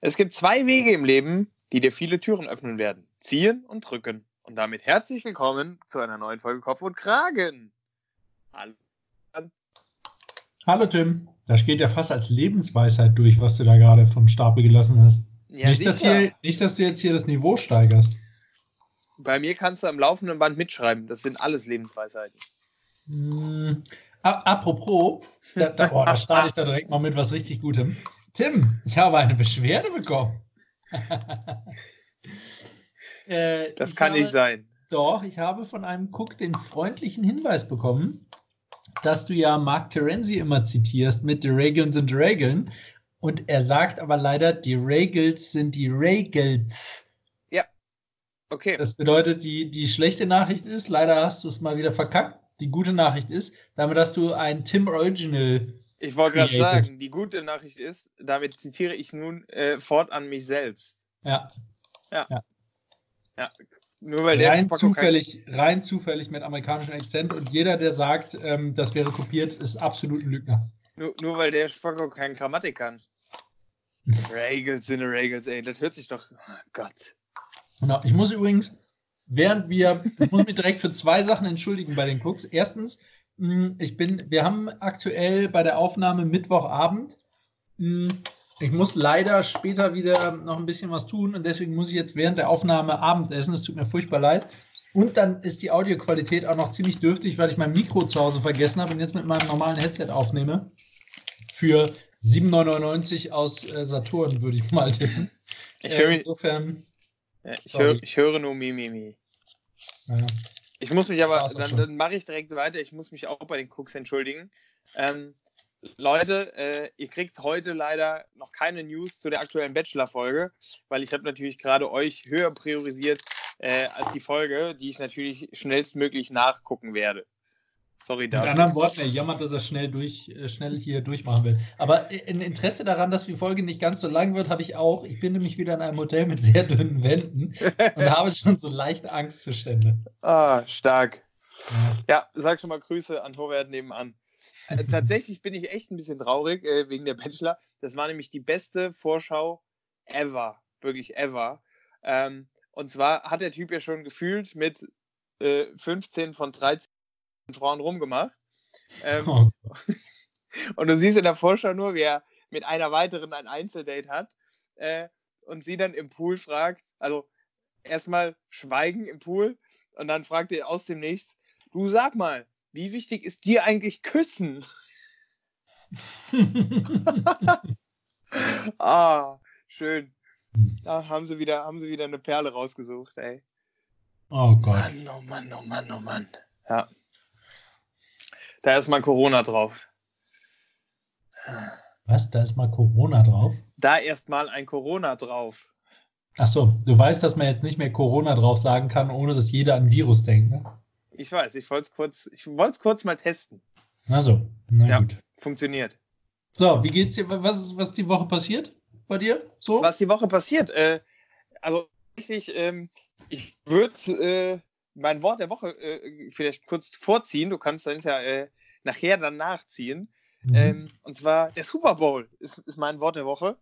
Es gibt zwei Wege im Leben, die dir viele Türen öffnen werden. Ziehen und drücken. Und damit herzlich willkommen zu einer neuen Folge Kopf und Kragen. Hallo. Hallo Tim, das geht ja fast als Lebensweisheit durch, was du da gerade vom Stapel gelassen hast. Ja, nicht, dass sicher. du jetzt hier das Niveau steigerst. Bei mir kannst du am laufenden Band mitschreiben. Das sind alles Lebensweisheiten. Apropos, da starte ich da direkt mal mit was richtig Gutem. Tim, ich habe eine Beschwerde bekommen. Das kann nicht sein. Doch, ich habe von einem Cook den freundlichen Hinweis bekommen, dass du ja Mark Terenzi immer zitierst mit die Regeln sind die Regeln. Und er sagt aber leider, die Regels sind die Regels. Ja, okay. Das bedeutet, die schlechte Nachricht ist, leider hast du es mal wieder verkackt. Die gute Nachricht ist, damit hast du ein Tim Original. Ich wollte gerade sagen, die gute Nachricht ist, damit zitiere ich nun fortan mich selbst. Ja. Nur weil rein zufällig mit amerikanischem Akzent und jeder, der sagt, das wäre kopiert, ist absolut ein Lügner. Nur weil der Spacko keine Grammatik kann. Regels sind Regels, ey. Das hört sich doch... Oh Gott. Genau. Ich muss übrigens, ich muss mich direkt für zwei Sachen entschuldigen bei den Cooks. Erstens, wir haben aktuell bei der Aufnahme Mittwochabend. Ich muss leider später wieder noch ein bisschen was tun und deswegen muss ich jetzt während der Aufnahme Abendessen. Es tut mir furchtbar leid. Und dann ist die Audioqualität auch noch ziemlich dürftig, weil ich mein Mikro zu Hause vergessen habe und jetzt mit meinem normalen Headset aufnehme. Für 7,99 € aus Saturn, würde ich mal tippen. Insofern. Ich höre nur Mimimi. Ja. Ich muss mich aber, dann mache ich direkt weiter. Ich muss mich auch bei den Cooks entschuldigen. Leute, ihr kriegt heute leider noch keine News zu der aktuellen Bachelor-Folge, weil ich habe natürlich gerade euch höher priorisiert als die Folge, die ich natürlich schnellstmöglich nachgucken werde. Sorry dafür. Mit anderen Worten, er jammert, dass er schnell hier durchmachen will. Aber ein Interesse daran, dass die Folge nicht ganz so lang wird, habe ich auch. Ich bin nämlich wieder in einem Hotel mit sehr dünnen Wänden und habe schon so leichte Angstzustände. Ah, stark. Ja, sag schon mal Grüße an Torwart nebenan. Tatsächlich bin ich echt ein bisschen traurig wegen der Bachelor. Das war nämlich die beste Vorschau ever. Wirklich ever. Und zwar hat der Typ ja schon gefühlt mit 15 von 13 Frauen rumgemacht. Und du siehst in der Vorschau nur, wie er mit einer weiteren ein Einzeldate hat und sie dann im Pool fragt, also erstmal Schweigen im Pool und dann fragt er aus dem Nichts, du sag mal, wie wichtig ist dir eigentlich Küssen? Schön. Da haben sie wieder eine Perle rausgesucht, ey. Oh Gott. Oh Mann. Ja. Da ist mal Corona drauf. Was? Da ist mal Corona drauf? Da erstmal ein Corona drauf. Achso, du weißt, dass man jetzt nicht mehr Corona drauf sagen kann, ohne dass jeder an Virus denkt, ne? Ich weiß, ich wollte es kurz mal testen. Achso, na gut. Funktioniert. So, wie geht's dir? Was ist die Woche passiert bei dir? So? Was die Woche passiert? Also richtig, ich würde mein Wort der Woche vielleicht kurz vorziehen. Du kannst dann ja nachher dann nachziehen. Und zwar der Super Bowl ist mein Wort der Woche.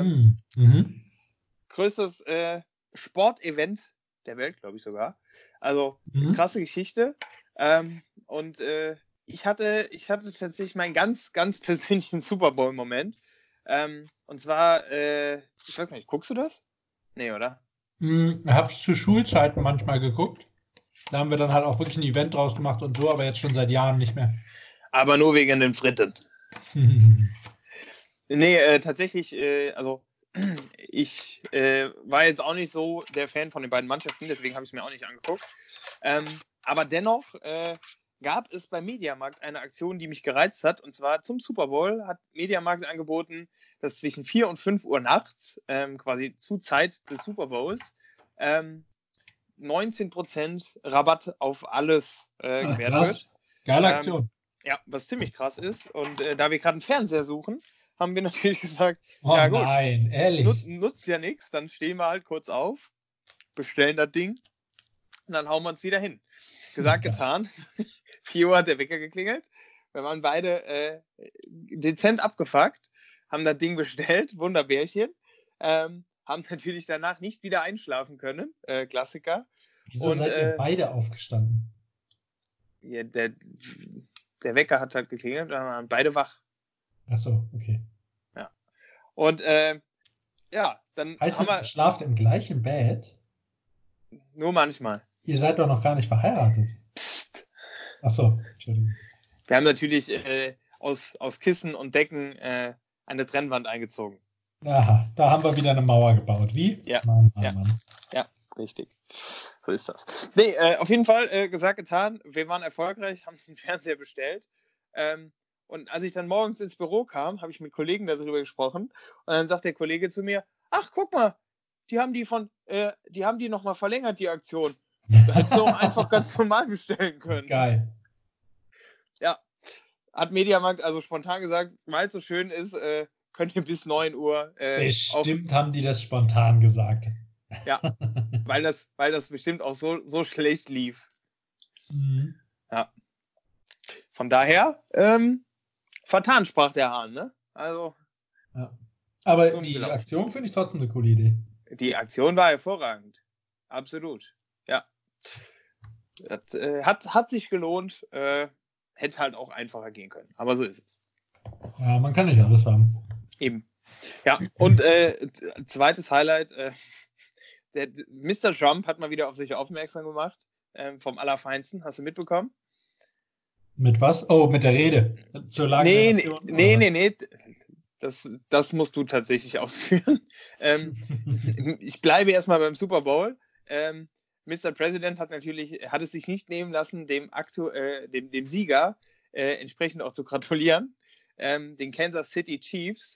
Größtes Sportevent der Welt, glaube ich sogar. Also krasse Geschichte. Und ich hatte tatsächlich meinen ganz, ganz persönlichen Super Bowl-Moment. Und zwar, ich weiß nicht, guckst du das? Nee, oder? Hab's zu Schulzeiten manchmal geguckt. Da haben wir dann halt auch wirklich ein Event draus gemacht und so, aber jetzt schon seit Jahren nicht mehr. Aber nur wegen den Fritten. Nee, tatsächlich, also ich war jetzt auch nicht so der Fan von den beiden Mannschaften, deswegen habe ich es mir auch nicht angeguckt. Aber dennoch gab es beim Mediamarkt eine Aktion, die mich gereizt hat. Und zwar zum Super Bowl hat Mediamarkt angeboten, dass zwischen 4 und 5 Uhr nachts, quasi zu Zeit des Super Bowls, 19% Rabatt auf alles gewährt wird. Geile Aktion. Ja, was ziemlich krass ist. Und da wir gerade einen Fernseher suchen, haben wir natürlich gesagt, ja gut, nein, ehrlich. Nutzt ja nichts, dann stehen wir halt kurz auf, bestellen das Ding und dann hauen wir uns wieder hin. Gesagt, getan. 4 Uhr hat der Wecker geklingelt. Wir waren beide dezent abgefuckt, haben das Ding bestellt, Wunderbärchen. haben natürlich danach nicht wieder einschlafen können. Klassiker. Wieso seid ihr beide aufgestanden? Ja, der Wecker hat halt geklingelt, dann waren beide wach. Ach so, okay. Ja. Und dann heißt es, ihr schlaft im gleichen Bett? Nur manchmal. Ihr seid doch noch gar nicht verheiratet. Psst. Ach so, Entschuldigung. Wir haben natürlich aus Kissen und Decken eine Trennwand eingezogen. Aha, da haben wir wieder eine Mauer gebaut. Wie? Ja. Mann. Ja, richtig. So ist das. Nee, auf jeden Fall gesagt, getan. Wir waren erfolgreich, haben den Fernseher bestellt. Und als ich dann morgens ins Büro kam, habe ich mit Kollegen darüber gesprochen. Und dann sagt der Kollege zu mir, ach, guck mal, die haben die nochmal verlängert, die Aktion. Du hättest auch einfach ganz normal bestellen können. Geil. Ja, hat Mediamarkt also spontan gesagt, weil es so schön ist, könnt ihr bis 9 Uhr. Bestimmt haben die das spontan gesagt. Ja, weil das bestimmt auch so schlecht lief. Mhm. Ja. Von daher, vertan, sprach der Hahn, ne? Also. Ja. Aber so die Aktion finde ich trotzdem eine coole Idee. Die Aktion war hervorragend. Absolut. Ja. Das, hat sich gelohnt. Hätte halt auch einfacher gehen können. Aber so ist es. Ja, man kann nicht alles haben. Eben. Ja, und zweites Highlight. Der Mr. Trump hat mal wieder auf sich aufmerksam gemacht. Vom Allerfeinsten. Hast du mitbekommen? Mit was? Oh, mit der Rede. Zur Lage der Nation, nee. Das musst du tatsächlich ausführen. Ich bleibe erstmal beim Super Bowl. Mr. President hat es sich nicht nehmen lassen, dem Sieger entsprechend auch zu gratulieren, den Kansas City Chiefs.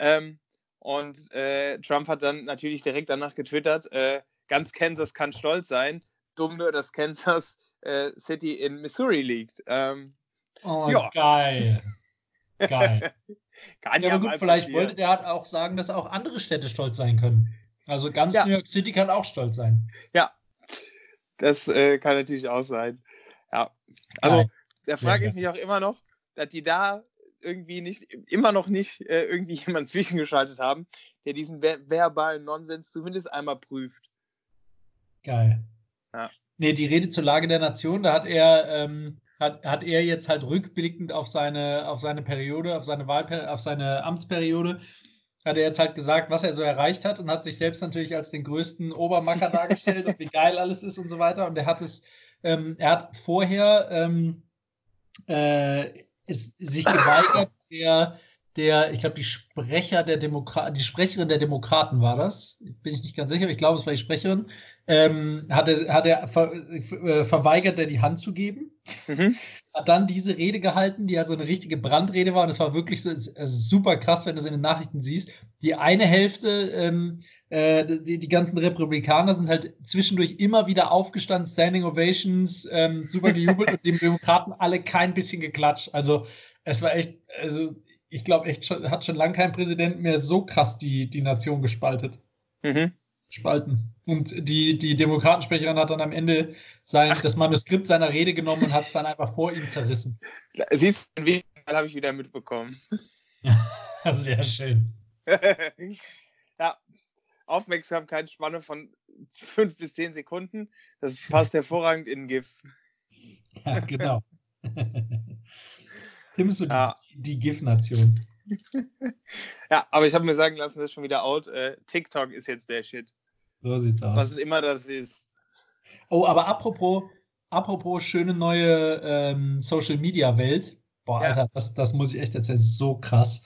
Und Trump hat dann natürlich direkt danach getwittert, ganz Kansas kann stolz sein, dumm nur, dass Kansas City in Missouri liegt. Ja. Geil. Geil. Kann ja, aber gut, vielleicht wollte der halt auch sagen, dass auch andere Städte stolz sein können. Also ganz New York City kann auch stolz sein. Ja, das kann natürlich auch sein. Ja, also da frage ich mich auch immer noch, dass die da irgendwie immer noch nicht irgendwie jemanden zwischengeschaltet haben, der diesen verbalen Nonsens zumindest einmal prüft. Geil. Ja. Nee, die Rede zur Lage der Nation, da hat er jetzt halt rückblickend auf seine Periode, auf seine Amtsperiode, hat er jetzt halt gesagt, was er so erreicht hat und hat sich selbst natürlich als den größten Obermacker dargestellt und wie geil alles ist und so weiter. Und er hat vorher sich geweigert, ich glaube, die Sprecherin der Demokraten war das, bin ich nicht ganz sicher, aber ich glaube, es war die Sprecherin, hat er verweigert, die Hand zu geben. Mhm. Hat dann diese Rede gehalten, die halt so eine richtige Brandrede war und es war wirklich so, super krass, wenn du es in den Nachrichten siehst. Die eine Hälfte, die ganzen Republikaner sind halt zwischendurch immer wieder aufgestanden, Standing Ovations, super gejubelt und dem Demokraten alle kein bisschen geklatscht. Also es war echt, ich glaube echt, hat schon lange kein Präsident mehr so krass die Nation gespalten. Und die Demokratensprecherin hat dann am Ende das Manuskript seiner Rede genommen und hat es dann einfach vor ihm zerrissen. Siehst du, den habe ich wieder mitbekommen. Ja, sehr schön. Ja, Aufmerksamkeitsspanne von 5 bis 10 Sekunden. Das passt hervorragend in GIF. Ja, genau. Tim ist so die GIF-Nation. Ja, aber ich habe mir sagen lassen, das ist schon wieder out. TikTok ist jetzt der Shit. So sieht's aus. Was immer das ist. Oh, aber apropos schöne neue Social-Media-Welt. Boah, ja. Alter, das muss ich echt erzählen. Das ist so krass.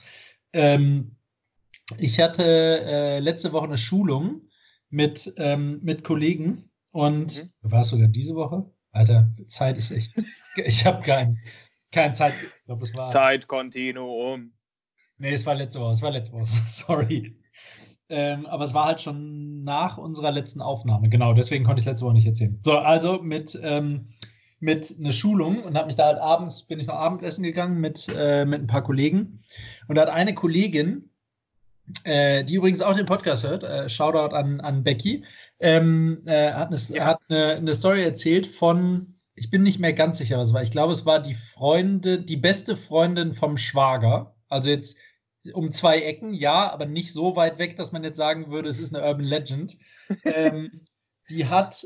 Ich hatte letzte Woche eine Schulung mit Kollegen und war es sogar diese Woche? Alter, Zeit ist echt. Ich habe keine Zeit. Ich glaube, es war. Zeitkontinuum. Nee, es war letzte Woche. Sorry. Aber es war halt schon nach unserer letzten Aufnahme. Genau, deswegen konnte ich es letzte Woche nicht erzählen. So, also mit einer Schulung und bin ich noch Abendessen gegangen mit ein paar Kollegen. Und da hat eine Kollegin, die übrigens auch den Podcast hört, Shoutout an Becky, hat eine Story erzählt von, ich bin nicht mehr ganz sicher, was es war. Ich glaube, es war die beste Freundin vom Schwager. Also jetzt um 2 Ecken, ja, aber nicht so weit weg, dass man jetzt sagen würde, es ist eine Urban Legend. Die hat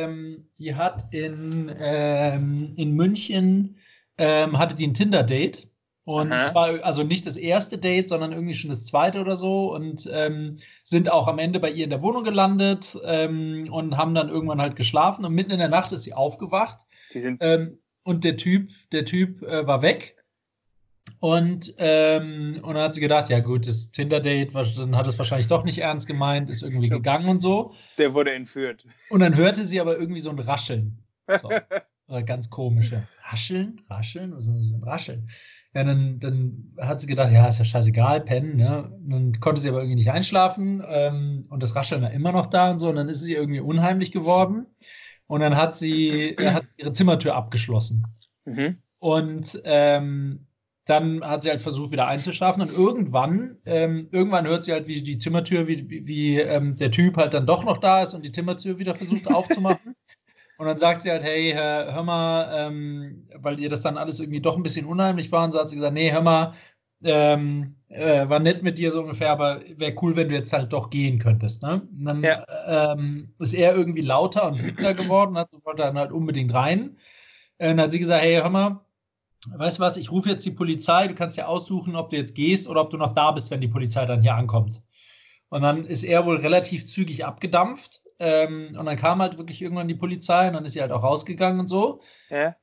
in München hatte die ein Tinder-Date. Und Aha. es war also nicht das erste Date, sondern irgendwie schon das zweite oder so. Und sind auch am Ende bei ihr in der Wohnung gelandet und haben dann irgendwann halt geschlafen. Und mitten in der Nacht ist sie aufgewacht. Die sind. Und der Typ war weg. Und dann hat sie gedacht, ja gut, das Tinder-Date, dann hat es wahrscheinlich doch nicht ernst gemeint, ist irgendwie gegangen und so. Der wurde entführt. Und dann hörte sie aber irgendwie so ein Rascheln. So. Ganz komische. Rascheln? Rascheln? Was ist denn so ein Rascheln? Ja, dann hat sie gedacht, ja, ist ja scheißegal, pennen, ne? Dann konnte sie aber irgendwie nicht einschlafen und das Rascheln war immer noch da und so. Und dann ist sie irgendwie unheimlich geworden. Und dann hat sie ihre Zimmertür abgeschlossen. Mhm. Und dann hat sie halt versucht, wieder einzuschlafen. Und irgendwann hört sie halt, wie die Zimmertür, wie der Typ halt dann doch noch da ist und die Zimmertür wieder versucht aufzumachen. Und dann sagt sie halt, hey, hör mal, weil ihr das dann alles irgendwie doch ein bisschen unheimlich war. Und so hat sie gesagt, nee, hör mal, war nett mit dir so ungefähr, aber wäre cool, wenn du jetzt halt doch gehen könntest. Ne? Und dann ist er irgendwie lauter und wütender geworden, wollte dann halt unbedingt rein. Dann hat sie gesagt, hey, hör mal, weißt du was, ich rufe jetzt die Polizei, du kannst ja aussuchen, ob du jetzt gehst oder ob du noch da bist, wenn die Polizei dann hier ankommt. Und dann ist er wohl relativ zügig abgedampft. Und dann kam halt wirklich irgendwann die Polizei und dann ist sie halt auch rausgegangen und so. Ja.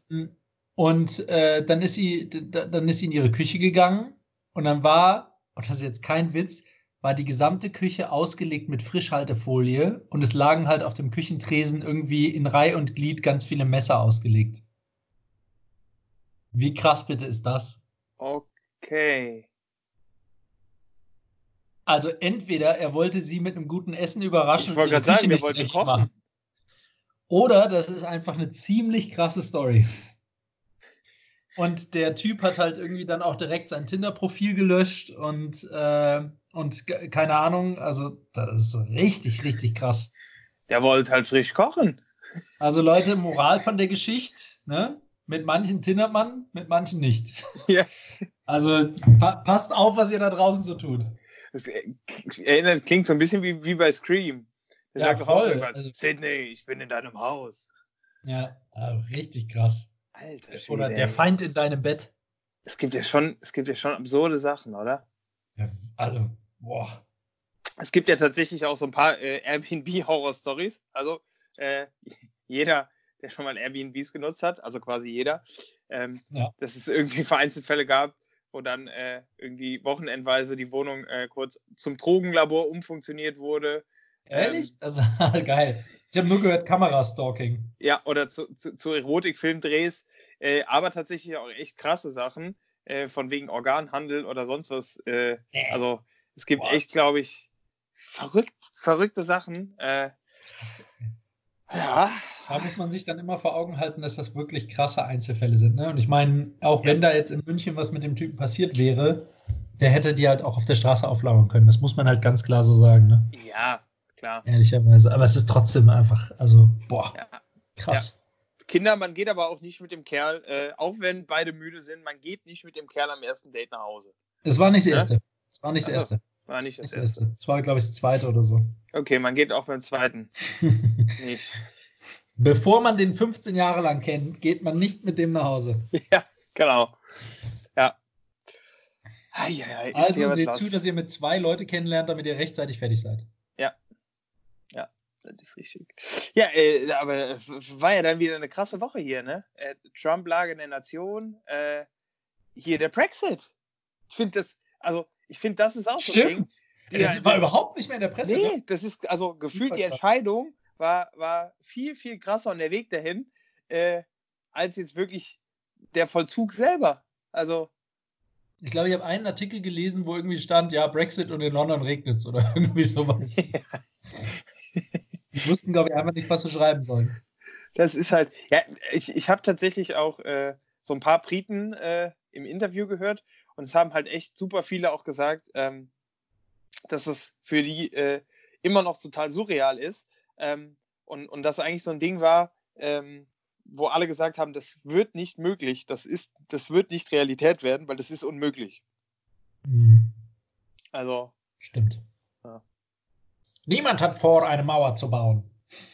Dann ist sie in ihre Küche gegangen und dann und das ist jetzt kein Witz, war die gesamte Küche ausgelegt mit Frischhaltefolie und es lagen halt auf dem Küchentresen irgendwie in Reih und Glied ganz viele Messer ausgelegt. Wie krass bitte ist das? Okay. Also entweder er wollte sie mit einem guten Essen überraschen Ich wollte gerade sagen, der wollte kochen. Oder das ist einfach eine ziemlich krasse Story. Und der Typ hat halt irgendwie dann auch direkt sein Tinder-Profil gelöscht und keine Ahnung, also das ist richtig, richtig krass. Der wollte halt frisch kochen. Also Leute, Moral von der Geschichte, ne? Mit manchen tindert man, mit manchen nicht. Ja. Also passt auf, was ihr da draußen so tut. Das klingt so ein bisschen wie bei Scream. Der sagt doch auch irgendwann, also, Sydney, ich bin in deinem Haus. Ja, also richtig krass. Alter Schwede, oder der Feind in deinem Bett. Es gibt ja schon absurde Sachen, oder? Ja, also, boah. Es gibt ja tatsächlich auch so ein paar Airbnb-Horror-Stories. Also jeder, der schon mal Airbnbs genutzt hat, also quasi jeder, dass es irgendwie vereinzelt Fälle gab, wo dann irgendwie wochenendweise die Wohnung kurz zum Drogenlabor umfunktioniert wurde. Ehrlich? Das ist geil. Ich habe nur gehört Kamerastalking. Ja, oder zu Erotikfilmdrehs, aber tatsächlich auch echt krasse Sachen, von wegen Organhandel oder sonst was. Also es gibt echt, glaube ich, verrückte Sachen. Krass. Ja. Da muss man sich dann immer vor Augen halten, dass das wirklich krasse Einzelfälle sind. Ne? Und ich meine, auch wenn da jetzt in München was mit dem Typen passiert wäre, der hätte die halt auch auf der Straße auflauern können. Das muss man halt ganz klar so sagen. Ne? Ja, klar. Ehrlicherweise. Aber es ist trotzdem einfach, also, boah, krass. Ja. Kinder, man geht aber auch nicht mit dem Kerl, auch wenn beide müde sind, man geht nicht mit dem Kerl am ersten Date nach Hause. Das war nicht das Erste. Das war nicht das Erste. War nicht das Erste. Das war, glaube ich, das Zweite oder so. Okay, man geht auch beim Zweiten nicht. Bevor man den 15 Jahre lang kennt, geht man nicht mit dem nach Hause. Ja, genau. Ja. Also seht zu, dass ihr mit 2 Leute kennenlernt, damit ihr rechtzeitig fertig seid. Ja. Ja, das ist richtig. Ja, aber es war ja dann wieder eine krasse Woche hier, ne? Trump-Lage in der Nation, hier der Brexit. Ich finde, das ist auch so ein Ding. Das war überhaupt nicht mehr in der Presse. Nee, ne? Das ist, also gefühlt die Entscheidung war viel, viel krasser und der Weg dahin, als jetzt wirklich der Vollzug selber. Also. Ich glaube, ich habe einen Artikel gelesen, wo irgendwie stand, ja, Brexit und in London regnet es oder irgendwie sowas. Ja. Die wussten, glaube ich, einfach nicht, was sie schreiben sollen. Das ist halt, ja, ich habe tatsächlich auch so ein paar Briten im Interview gehört und es haben halt echt super viele auch gesagt, dass es für die immer noch total surreal ist und das eigentlich so ein Ding war, wo alle gesagt haben, das wird nicht möglich, das wird nicht Realität werden, weil das ist unmöglich. Mhm. Also. Stimmt. Ja. Niemand hat vor, eine Mauer zu bauen.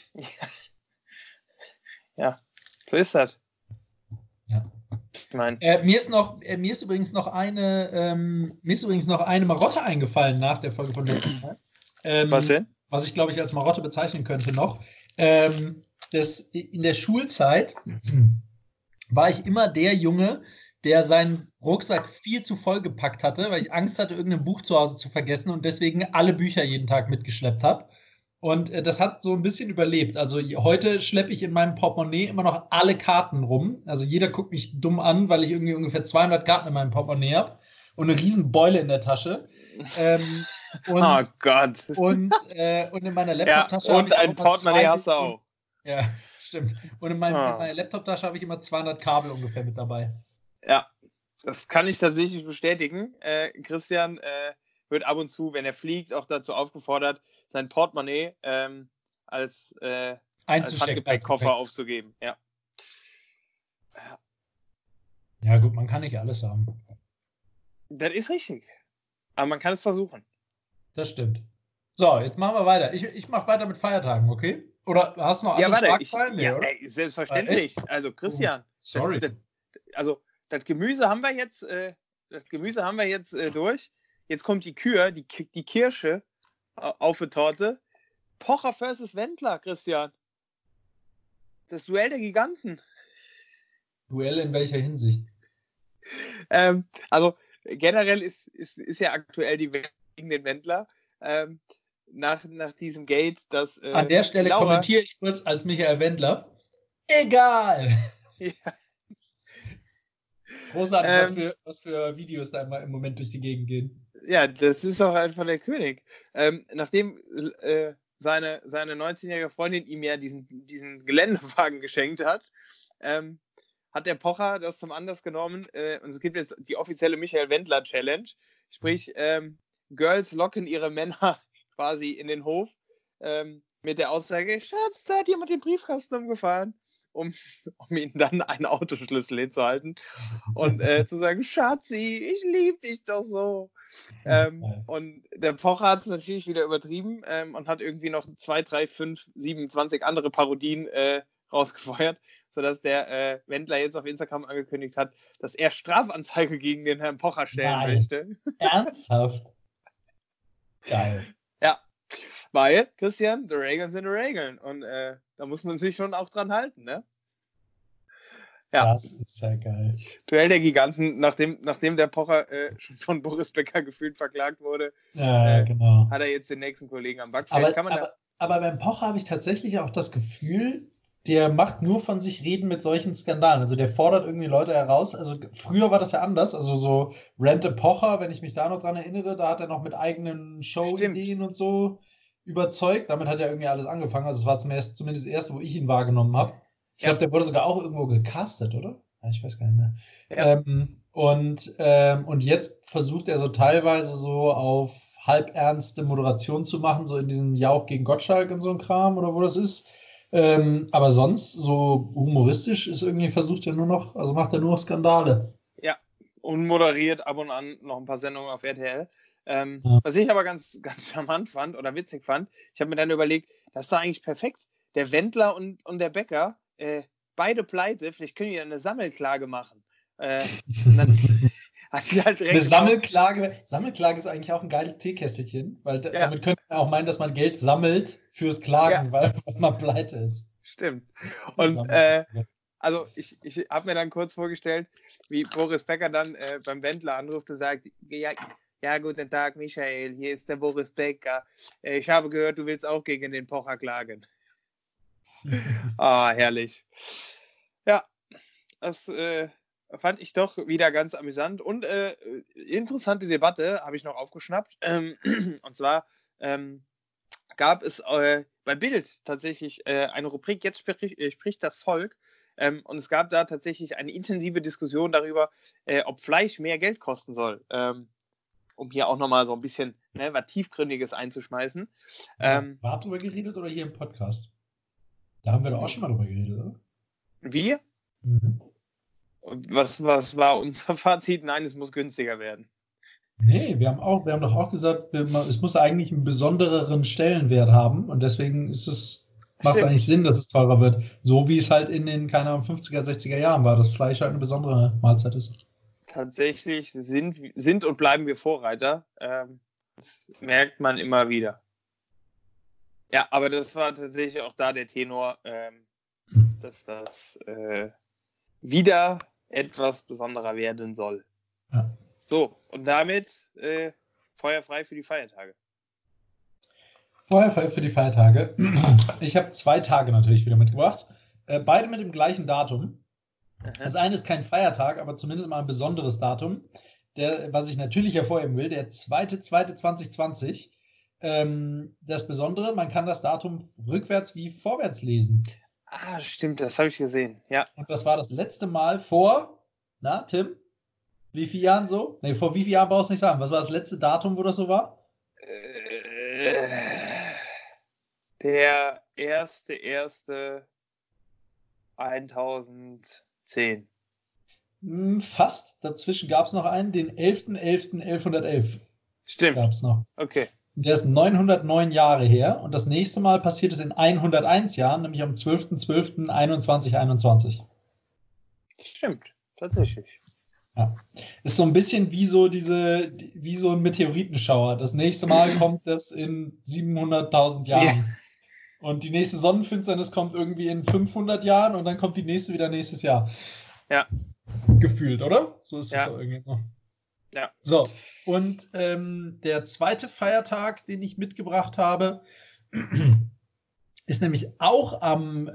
Ja, so ist das. Ja. Ich meine. Mir ist übrigens noch eine Marotte eingefallen nach der Folge von letztem Mal. Was denn? Was ich, glaube ich, als Marotte bezeichnen könnte noch. In der Schulzeit war ich immer der Junge, der seinen Rucksack viel zu voll gepackt hatte, weil ich Angst hatte, irgendein Buch zu Hause zu vergessen und deswegen alle Bücher jeden Tag mitgeschleppt habe. Und das hat so ein bisschen überlebt. Also heute schleppe ich in meinem Portemonnaie immer noch alle Karten rum. Also jeder guckt mich dumm an, weil ich irgendwie ungefähr 200 Karten in meinem Portemonnaie habe und eine riesen Beule in der Tasche. Oh Gott. Und in meiner Laptop-Tasche ja, habe und ich auch ein immer Portemonnaie 2 hast du auch. Ja, stimmt. Und in meiner Laptop-Tasche habe ich immer 200 Kabel ungefähr mit dabei. Ja, das kann ich tatsächlich bestätigen. Christian wird ab und zu, wenn er fliegt, auch dazu aufgefordert, sein Portemonnaie als Handgepäckkoffer aufzugeben. Ja. Ja, gut, man kann nicht alles haben. Das ist richtig. Aber man kann es versuchen. Das stimmt. So, jetzt machen wir weiter. Ich mache weiter mit Feiertagen, okay? Oder hast du noch andere Schlagzeilen? Nee, oder? Selbstverständlich. Also, Christian. Sorry. Das Gemüse haben wir jetzt, durch. Jetzt kommt die Kirsche auf die Torte. Pocher versus Wendler, Christian. Das Duell der Giganten. Duell in welcher Hinsicht? Also generell ist ja aktuell die Welt gegen den Wendler. Nach diesem Gate, dass an der Stelle kommentiere ich kurz als Michael Wendler. Egal! Ja. Großartig, was für Videos da immer im Moment durch die Gegend gehen. Ja, das ist auch einfach der König. Nachdem seine 19-jährige Freundin ihm ja diesen Geländewagen geschenkt hat, hat der Pocher das zum Anlass genommen und es gibt jetzt die offizielle Michael Wendler Challenge. Sprich, Girls locken ihre Männer quasi in den Hof mit der Aussage, Schatz, da hat jemand den Briefkasten umgefahren, um ihnen dann einen Autoschlüssel hinzuhalten und zu sagen, Schatzi, ich liebe dich doch so. Und der Pocher hat es natürlich wieder übertrieben und hat irgendwie noch 2, 3, 5, 27 andere Parodien rausgefeuert, sodass der Wendler jetzt auf Instagram angekündigt hat, dass er Strafanzeige gegen den Herrn Pocher stellen möchte. Ernsthaft? Geil. Ja, weil, Christian, the Regeln sind die Regeln und da muss man sich schon auch dran halten, ne? Ja. Das ist ja geil. Duell der Giganten, nachdem der Pocher schon von Boris Becker gefühlt verklagt wurde, genau. hat er jetzt den nächsten Kollegen am Backfeld. Aber beim Pocher habe ich tatsächlich auch das Gefühl, der macht nur von sich reden mit solchen Skandalen. Also der fordert irgendwie Leute heraus. Also früher war das ja anders. Also so Rente Pocher, wenn ich mich da noch dran erinnere, da hat er noch mit eigenen Show-Ideen und so überzeugt. Damit hat ja irgendwie alles angefangen. Also es war zumindest das erste, wo ich ihn wahrgenommen habe. Ich glaube, der wurde sogar auch irgendwo gecastet, oder? Ich weiß gar nicht mehr. Ja. Und jetzt versucht er so teilweise so auf halbernste Moderation zu machen, so in diesem Jauch gegen Gottschalk und so ein Kram oder wo das ist. Aber sonst so humoristisch ist irgendwie macht er nur noch Skandale. Ja, und moderiert ab und an noch ein paar Sendungen auf RTL. Was ich aber ganz, ganz charmant fand oder witzig fand, ich habe mir dann überlegt, das ist doch eigentlich perfekt. Der Wendler und der Becker, beide pleite, vielleicht können die eine Sammelklage machen. Und dann hat die halt direkt eine Sammelklage ist eigentlich auch ein geiles Teekesselchen, weil damit könnte man auch meinen, dass man Geld sammelt fürs Klagen, weil man pleite ist. Stimmt. Und also ich habe mir dann kurz vorgestellt, wie Boris Becker dann beim Wendler anruft und sagt, ja, guten Tag, Michael, hier ist der Boris Becker. Ich habe gehört, du willst auch gegen den Pocher klagen. Herrlich. Ja, das fand ich doch wieder ganz amüsant und interessante Debatte habe ich noch aufgeschnappt. Und zwar gab es bei Bild tatsächlich eine Rubrik, jetzt spricht das Volk. Und es gab da tatsächlich eine intensive Diskussion darüber, ob Fleisch mehr Geld kosten soll. Um hier auch nochmal so ein bisschen was Tiefgründiges einzuschmeißen. War darüber geredet oder hier im Podcast? Da haben wir doch auch schon mal drüber geredet, oder? Wir? Mhm. Und was war unser Fazit? Nein, es muss günstiger werden. Nee, wir haben doch auch gesagt, es muss eigentlich einen besondereren Stellenwert haben und deswegen macht es eigentlich Stimmt. Sinn, dass es teurer wird. So wie es halt in den, keine Ahnung, 50er, 60er Jahren war, dass Fleisch halt eine besondere Mahlzeit ist. Tatsächlich sind und bleiben wir Vorreiter. Das merkt man immer wieder. Ja, aber das war tatsächlich auch da der Tenor, dass das wieder etwas besonderer werden soll. Ja. So, und damit Feuer frei für die Feiertage. Vorher für die Feiertage. Ich habe 2 Tage natürlich wieder mitgebracht. Beide mit dem gleichen Datum. Das eine ist kein Feiertag, aber zumindest mal ein besonderes Datum. Was ich natürlich hervorheben will, der 2.2.2020. Das Besondere, man kann das Datum rückwärts wie vorwärts lesen. Ah, stimmt, das habe ich gesehen. Ja. Und das war das letzte Mal vor, na, Tim? Wie viele Jahren so? Nee, vor wie vielen Jahren brauchst du nicht sagen. Was war das letzte Datum, wo das so war? Der 1.1.10. Fast. Dazwischen gab es noch einen, den 11.11.1111. Stimmt. Gab es noch. Okay. Der ist 909 Jahre her und das nächste Mal passiert es in 101 Jahren, nämlich am 12.12.2121. Stimmt, tatsächlich. Ja. Ist so ein bisschen wie so ein Meteoritenschauer. Das nächste Mal kommt das in 700.000 Jahren. Ja. Und die nächste Sonnenfinsternis kommt irgendwie in 500 Jahren und dann kommt die nächste wieder nächstes Jahr. Ja. Gefühlt, oder? So ist es doch irgendwie noch. Ja. So, und der zweite Feiertag, den ich mitgebracht habe, ist nämlich auch am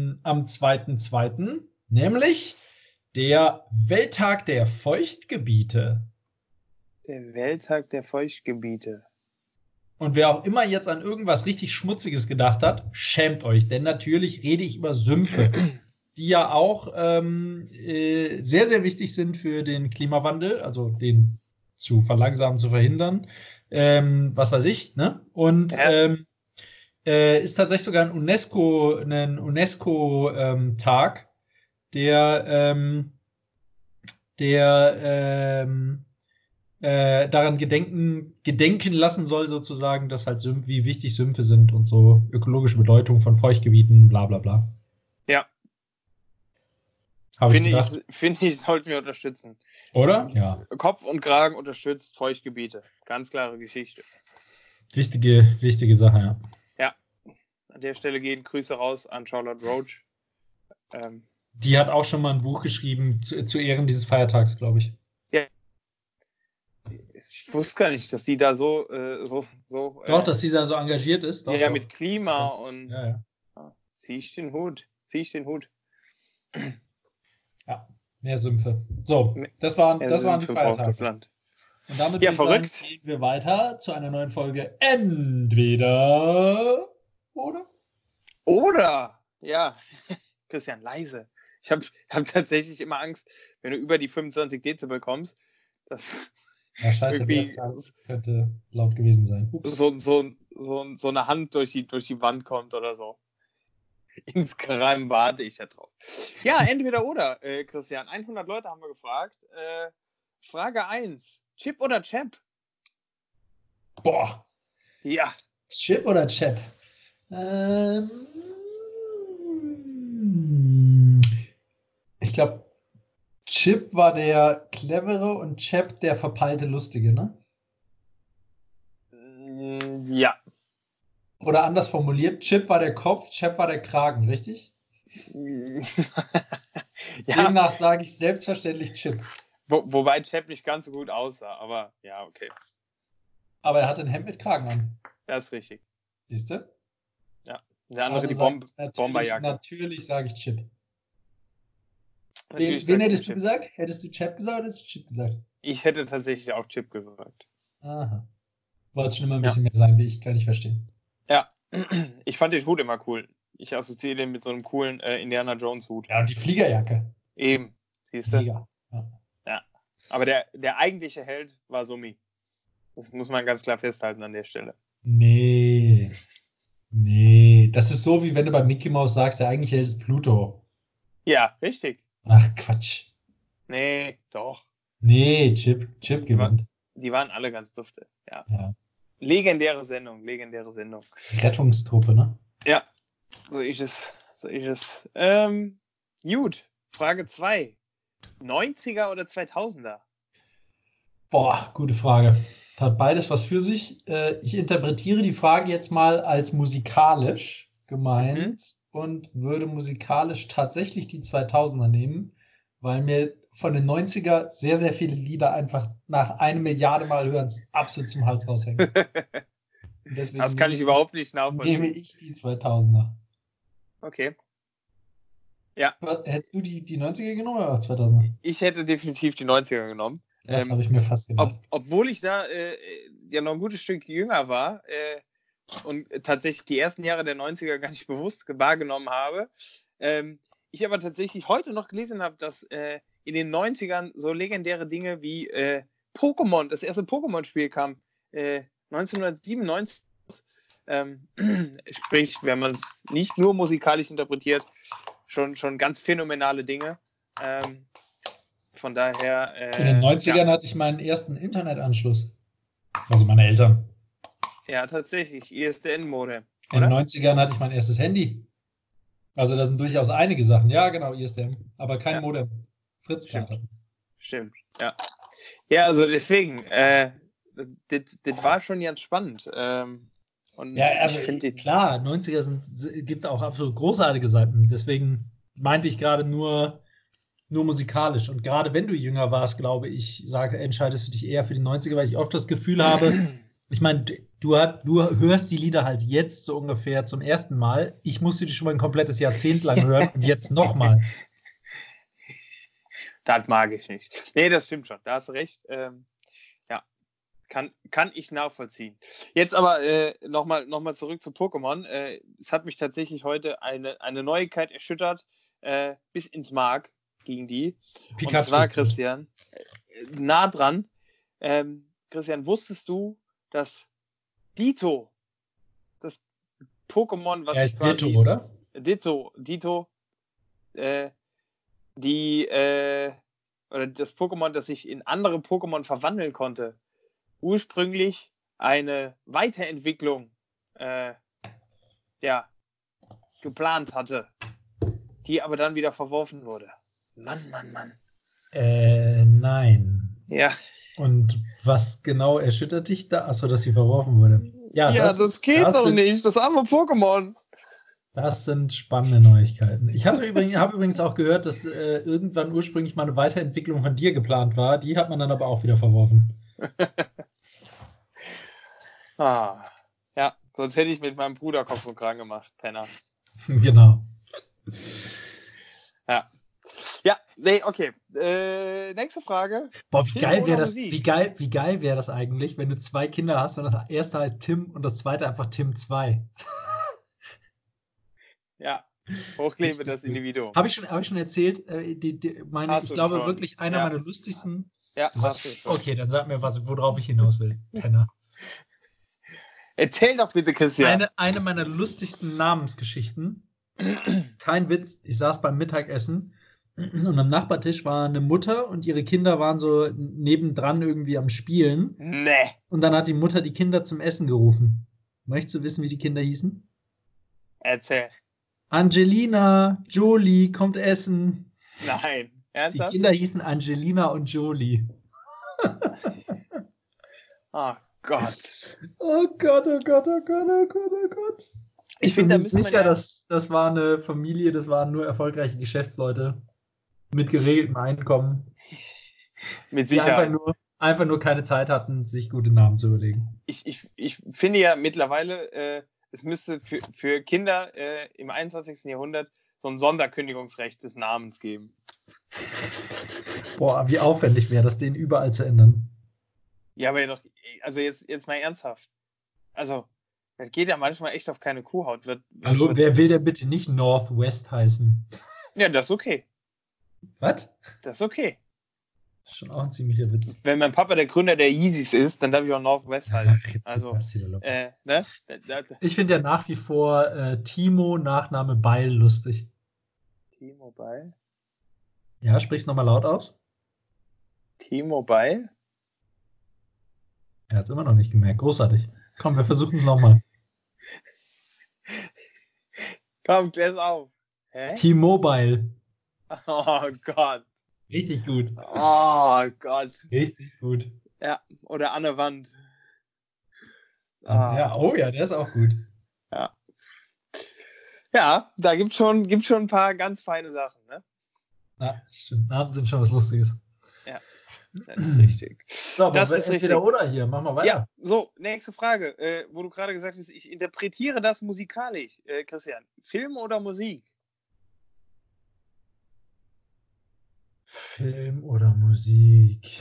2.2., nämlich der Welttag der Feuchtgebiete. Der Welttag der Feuchtgebiete. Und wer auch immer jetzt an irgendwas richtig Schmutziges gedacht hat, schämt euch, denn natürlich rede ich über Sümpfe, die ja auch sehr, sehr wichtig sind für den Klimawandel, also den zu verlangsamen, zu verhindern, was weiß ich, ne? Und ist tatsächlich sogar ein UNESCO-Tag, der daran gedenken lassen soll, sozusagen, dass halt wie wichtig Sümpfe sind und so ökologische Bedeutung von Feuchtgebieten, bla bla bla. Ja. Finde ich, sollten wir unterstützen. Oder? Ja. Kopf und Kragen unterstützt Feuchtgebiete. Ganz klare Geschichte. Wichtige Sache, ja. Ja. An der Stelle gehen Grüße raus an Charlotte Roach. Die hat auch schon mal ein Buch geschrieben zu Ehren dieses Feiertags, glaube ich. Ja. Ich wusste gar nicht, dass die da so. Doch, dass sie da so engagiert ist. Doch, ja, doch. mit Klima und. Ja. Zieh ich den Hut. Ja, mehr Sümpfe. So, das waren die Feiertage. Und damit gehen wir weiter zu einer neuen Folge Entweder oder? Ja. Christian, leise. Ich hab tatsächlich immer Angst, wenn du über die 25 Dezibel kommst, dass ja, scheiße, das könnte laut gewesen sein. So eine Hand durch die Wand kommt oder so. Insgeheim warte ich ja drauf. Ja, entweder oder, Christian. 100 Leute haben wir gefragt. Frage 1. Chip oder Chap? Boah. Ja. Chip oder Chap? Ich glaube, Chip war der clevere und Chap der verpeilte Lustige, ne? Ja. Oder anders formuliert, Chip war der Kopf, Chap war der Kragen, richtig? Ja. Demnach sage ich selbstverständlich Chip. Wobei Chap nicht ganz so gut aussah, aber ja, okay. Aber er hatte ein Hemd mit Kragen an. Das ist richtig. Siehst du? Ja. Der andere also die Bomberjacke. Natürlich sage ich Chip. Wen hättest du gesagt? Hättest du Chap gesagt oder hättest du Chip gesagt? Ich hätte tatsächlich auch Chip gesagt. Aha. Wolltest schon immer ein bisschen mehr sagen wie ich, kann ich verstehen. Ja, ich fand den Hut immer cool. Ich assoziiere den mit so einem coolen Indiana Jones Hut. Ja, und die Fliegerjacke. Eben, siehst du? Mega. Ja. Aber der eigentliche Held war Summi. Das muss man ganz klar festhalten an der Stelle. Nee. Das ist so, wie wenn du bei Mickey Mouse sagst, der eigentliche Held ist Pluto. Ja, richtig. Ach, Quatsch. Nee, doch. Nee, Chip gewinnt. die waren alle ganz dufte. Ja. Ja. Legendäre Sendung. Rettungstruppe, ne? Ja, so ist es. Gut, Frage 2. 90er oder 2000er? Boah, gute Frage. Hat beides was für sich. Ich interpretiere die Frage jetzt mal als musikalisch gemeint und würde musikalisch tatsächlich die 2000er nehmen, weil mir von den 90er sehr, sehr viele Lieder einfach nach 1 Milliarde Mal hören absolut zum Hals raushängen. Deswegen Das kann ich überhaupt nicht nachvollziehen. Nehme ich die 2000er. Okay. Ja. Hättest du die 90er genommen oder 2000er? Ich hätte definitiv die 90er genommen. Das habe ich mir fast gedacht. Obwohl ich da ja noch ein gutes Stück jünger war und tatsächlich die ersten Jahre der 90er gar nicht bewusst wahrgenommen habe. Ich aber tatsächlich heute noch gelesen habe, dass in den 90ern so legendäre Dinge wie Pokémon, das erste Pokémon-Spiel kam 1997. Sprich, wenn man es nicht nur musikalisch interpretiert, schon ganz phänomenale Dinge. Von daher. In den 90ern hatte ich meinen ersten Internetanschluss. Also meine Eltern. Ja, tatsächlich. ISDN-Modem. In den 90ern hatte ich mein erstes Handy. Also das sind durchaus einige Sachen. Ja, genau, ISDN. Aber kein Modem. Fritz-Karte. Stimmt, ja. Ja, also deswegen, das war schon ganz spannend. Und ja, also ich finde klar, 90er gibt es auch absolut großartige Seiten. Deswegen meinte ich gerade nur musikalisch. Und gerade wenn du jünger warst, glaube ich, entscheidest du dich eher für die 90er, weil ich oft das Gefühl habe, ich meine, du hörst die Lieder halt jetzt so ungefähr zum ersten Mal. Ich musste die schon mal ein komplettes Jahrzehnt lang hören und jetzt nochmal. Das mag ich nicht. Nee, das stimmt schon. Da hast du recht. Ja, kann ich nachvollziehen. Jetzt aber noch mal zurück zu Pokémon. Es hat mich tatsächlich heute eine Neuigkeit erschüttert, bis ins Mark gegen die. Pikachu. Und zwar, Christian, nah dran. Christian, wusstest du, dass Ditto, das Pokémon, was ist Ditto, oder? Ditto, oder das Pokémon, das sich in andere Pokémon verwandeln konnte, ursprünglich eine Weiterentwicklung geplant hatte, die aber dann wieder verworfen wurde. Mann. Nein. Ja. Und was genau erschüttert dich da? Achso, dass sie verworfen wurde. Ja, das geht doch nicht. Das arme Pokémon. Das sind spannende Neuigkeiten. Ich habe übrigens auch gehört, dass irgendwann ursprünglich mal eine Weiterentwicklung von dir geplant war. Die hat man dann aber auch wieder verworfen. Ja, sonst hätte ich mit meinem Bruder Kopf und Kragen gemacht, Penner. Genau. Ja, nee, okay. Nächste Frage. Boah, wie geil wäre das eigentlich, wenn du 2 Kinder hast und das erste heißt Tim und das zweite einfach Tim 2. Ja, hochlebe das Individuum. Habe ich schon erzählt, ich glaube schon. Wirklich einer meiner lustigsten. Ja, hast du schon. Okay, dann sag mir, worauf ich hinaus will, Penner. Erzähl doch bitte, Christian. Eine meiner lustigsten Namensgeschichten. Kein Witz, ich saß beim Mittagessen und am Nachbartisch war eine Mutter und ihre Kinder waren so nebendran irgendwie am Spielen. Nee. Und dann hat die Mutter die Kinder zum Essen gerufen. Möchtest du wissen, wie die Kinder hießen? Erzähl. Angelina, Jolie, kommt essen. Nein, ernsthaft? Die Kinder hießen Angelina und Jolie. Oh Gott. Oh Gott. Ich bin mir sicher, das war eine Familie, das waren nur erfolgreiche Geschäftsleute mit geregeltem Einkommen. Mit Sicherheit. Die einfach nur keine Zeit hatten, sich gute Namen zu überlegen. Ich finde ja mittlerweile, es müsste für Kinder im 21. Jahrhundert so ein Sonderkündigungsrecht des Namens geben. Boah, wie aufwendig wäre das, den überall zu ändern. Ja, aber also jetzt mal ernsthaft. Also, das geht ja manchmal echt auf keine Kuhhaut. Hallo, wer will denn bitte nicht Northwest heißen? Ja, das ist okay. Was? Das ist okay. Das ist schon auch ein ziemlicher Witz. Wenn mein Papa der Gründer der Yeezys ist, dann darf ich auch Northwest heißen. Also, ne? Ich finde ja nach wie vor Timo, Nachname Beil, lustig. Timo Beil? Ja, sprich's nochmal laut aus. Timo Beil? Er hat es immer noch nicht gemerkt. Großartig. Komm, wir versuchen es nochmal. Komm, klär's auf. Hä? T-Mobile. Oh Gott. Richtig gut. Oh Gott. Richtig gut. Ja, oder an der Wand. Ja, oh ja, der ist auch gut. Ja. Ja, da gibt schon ein paar ganz feine Sachen, ne? Ja, stimmt. Namen sind schon was Lustiges. Ja, das ist richtig. So, aber das ist entweder richtig. oder hier. Machen wir weiter. Ja, so, nächste Frage. Wo du gerade gesagt hast, ich interpretiere das musikalisch. Christian, Film oder Musik? Film oder Musik?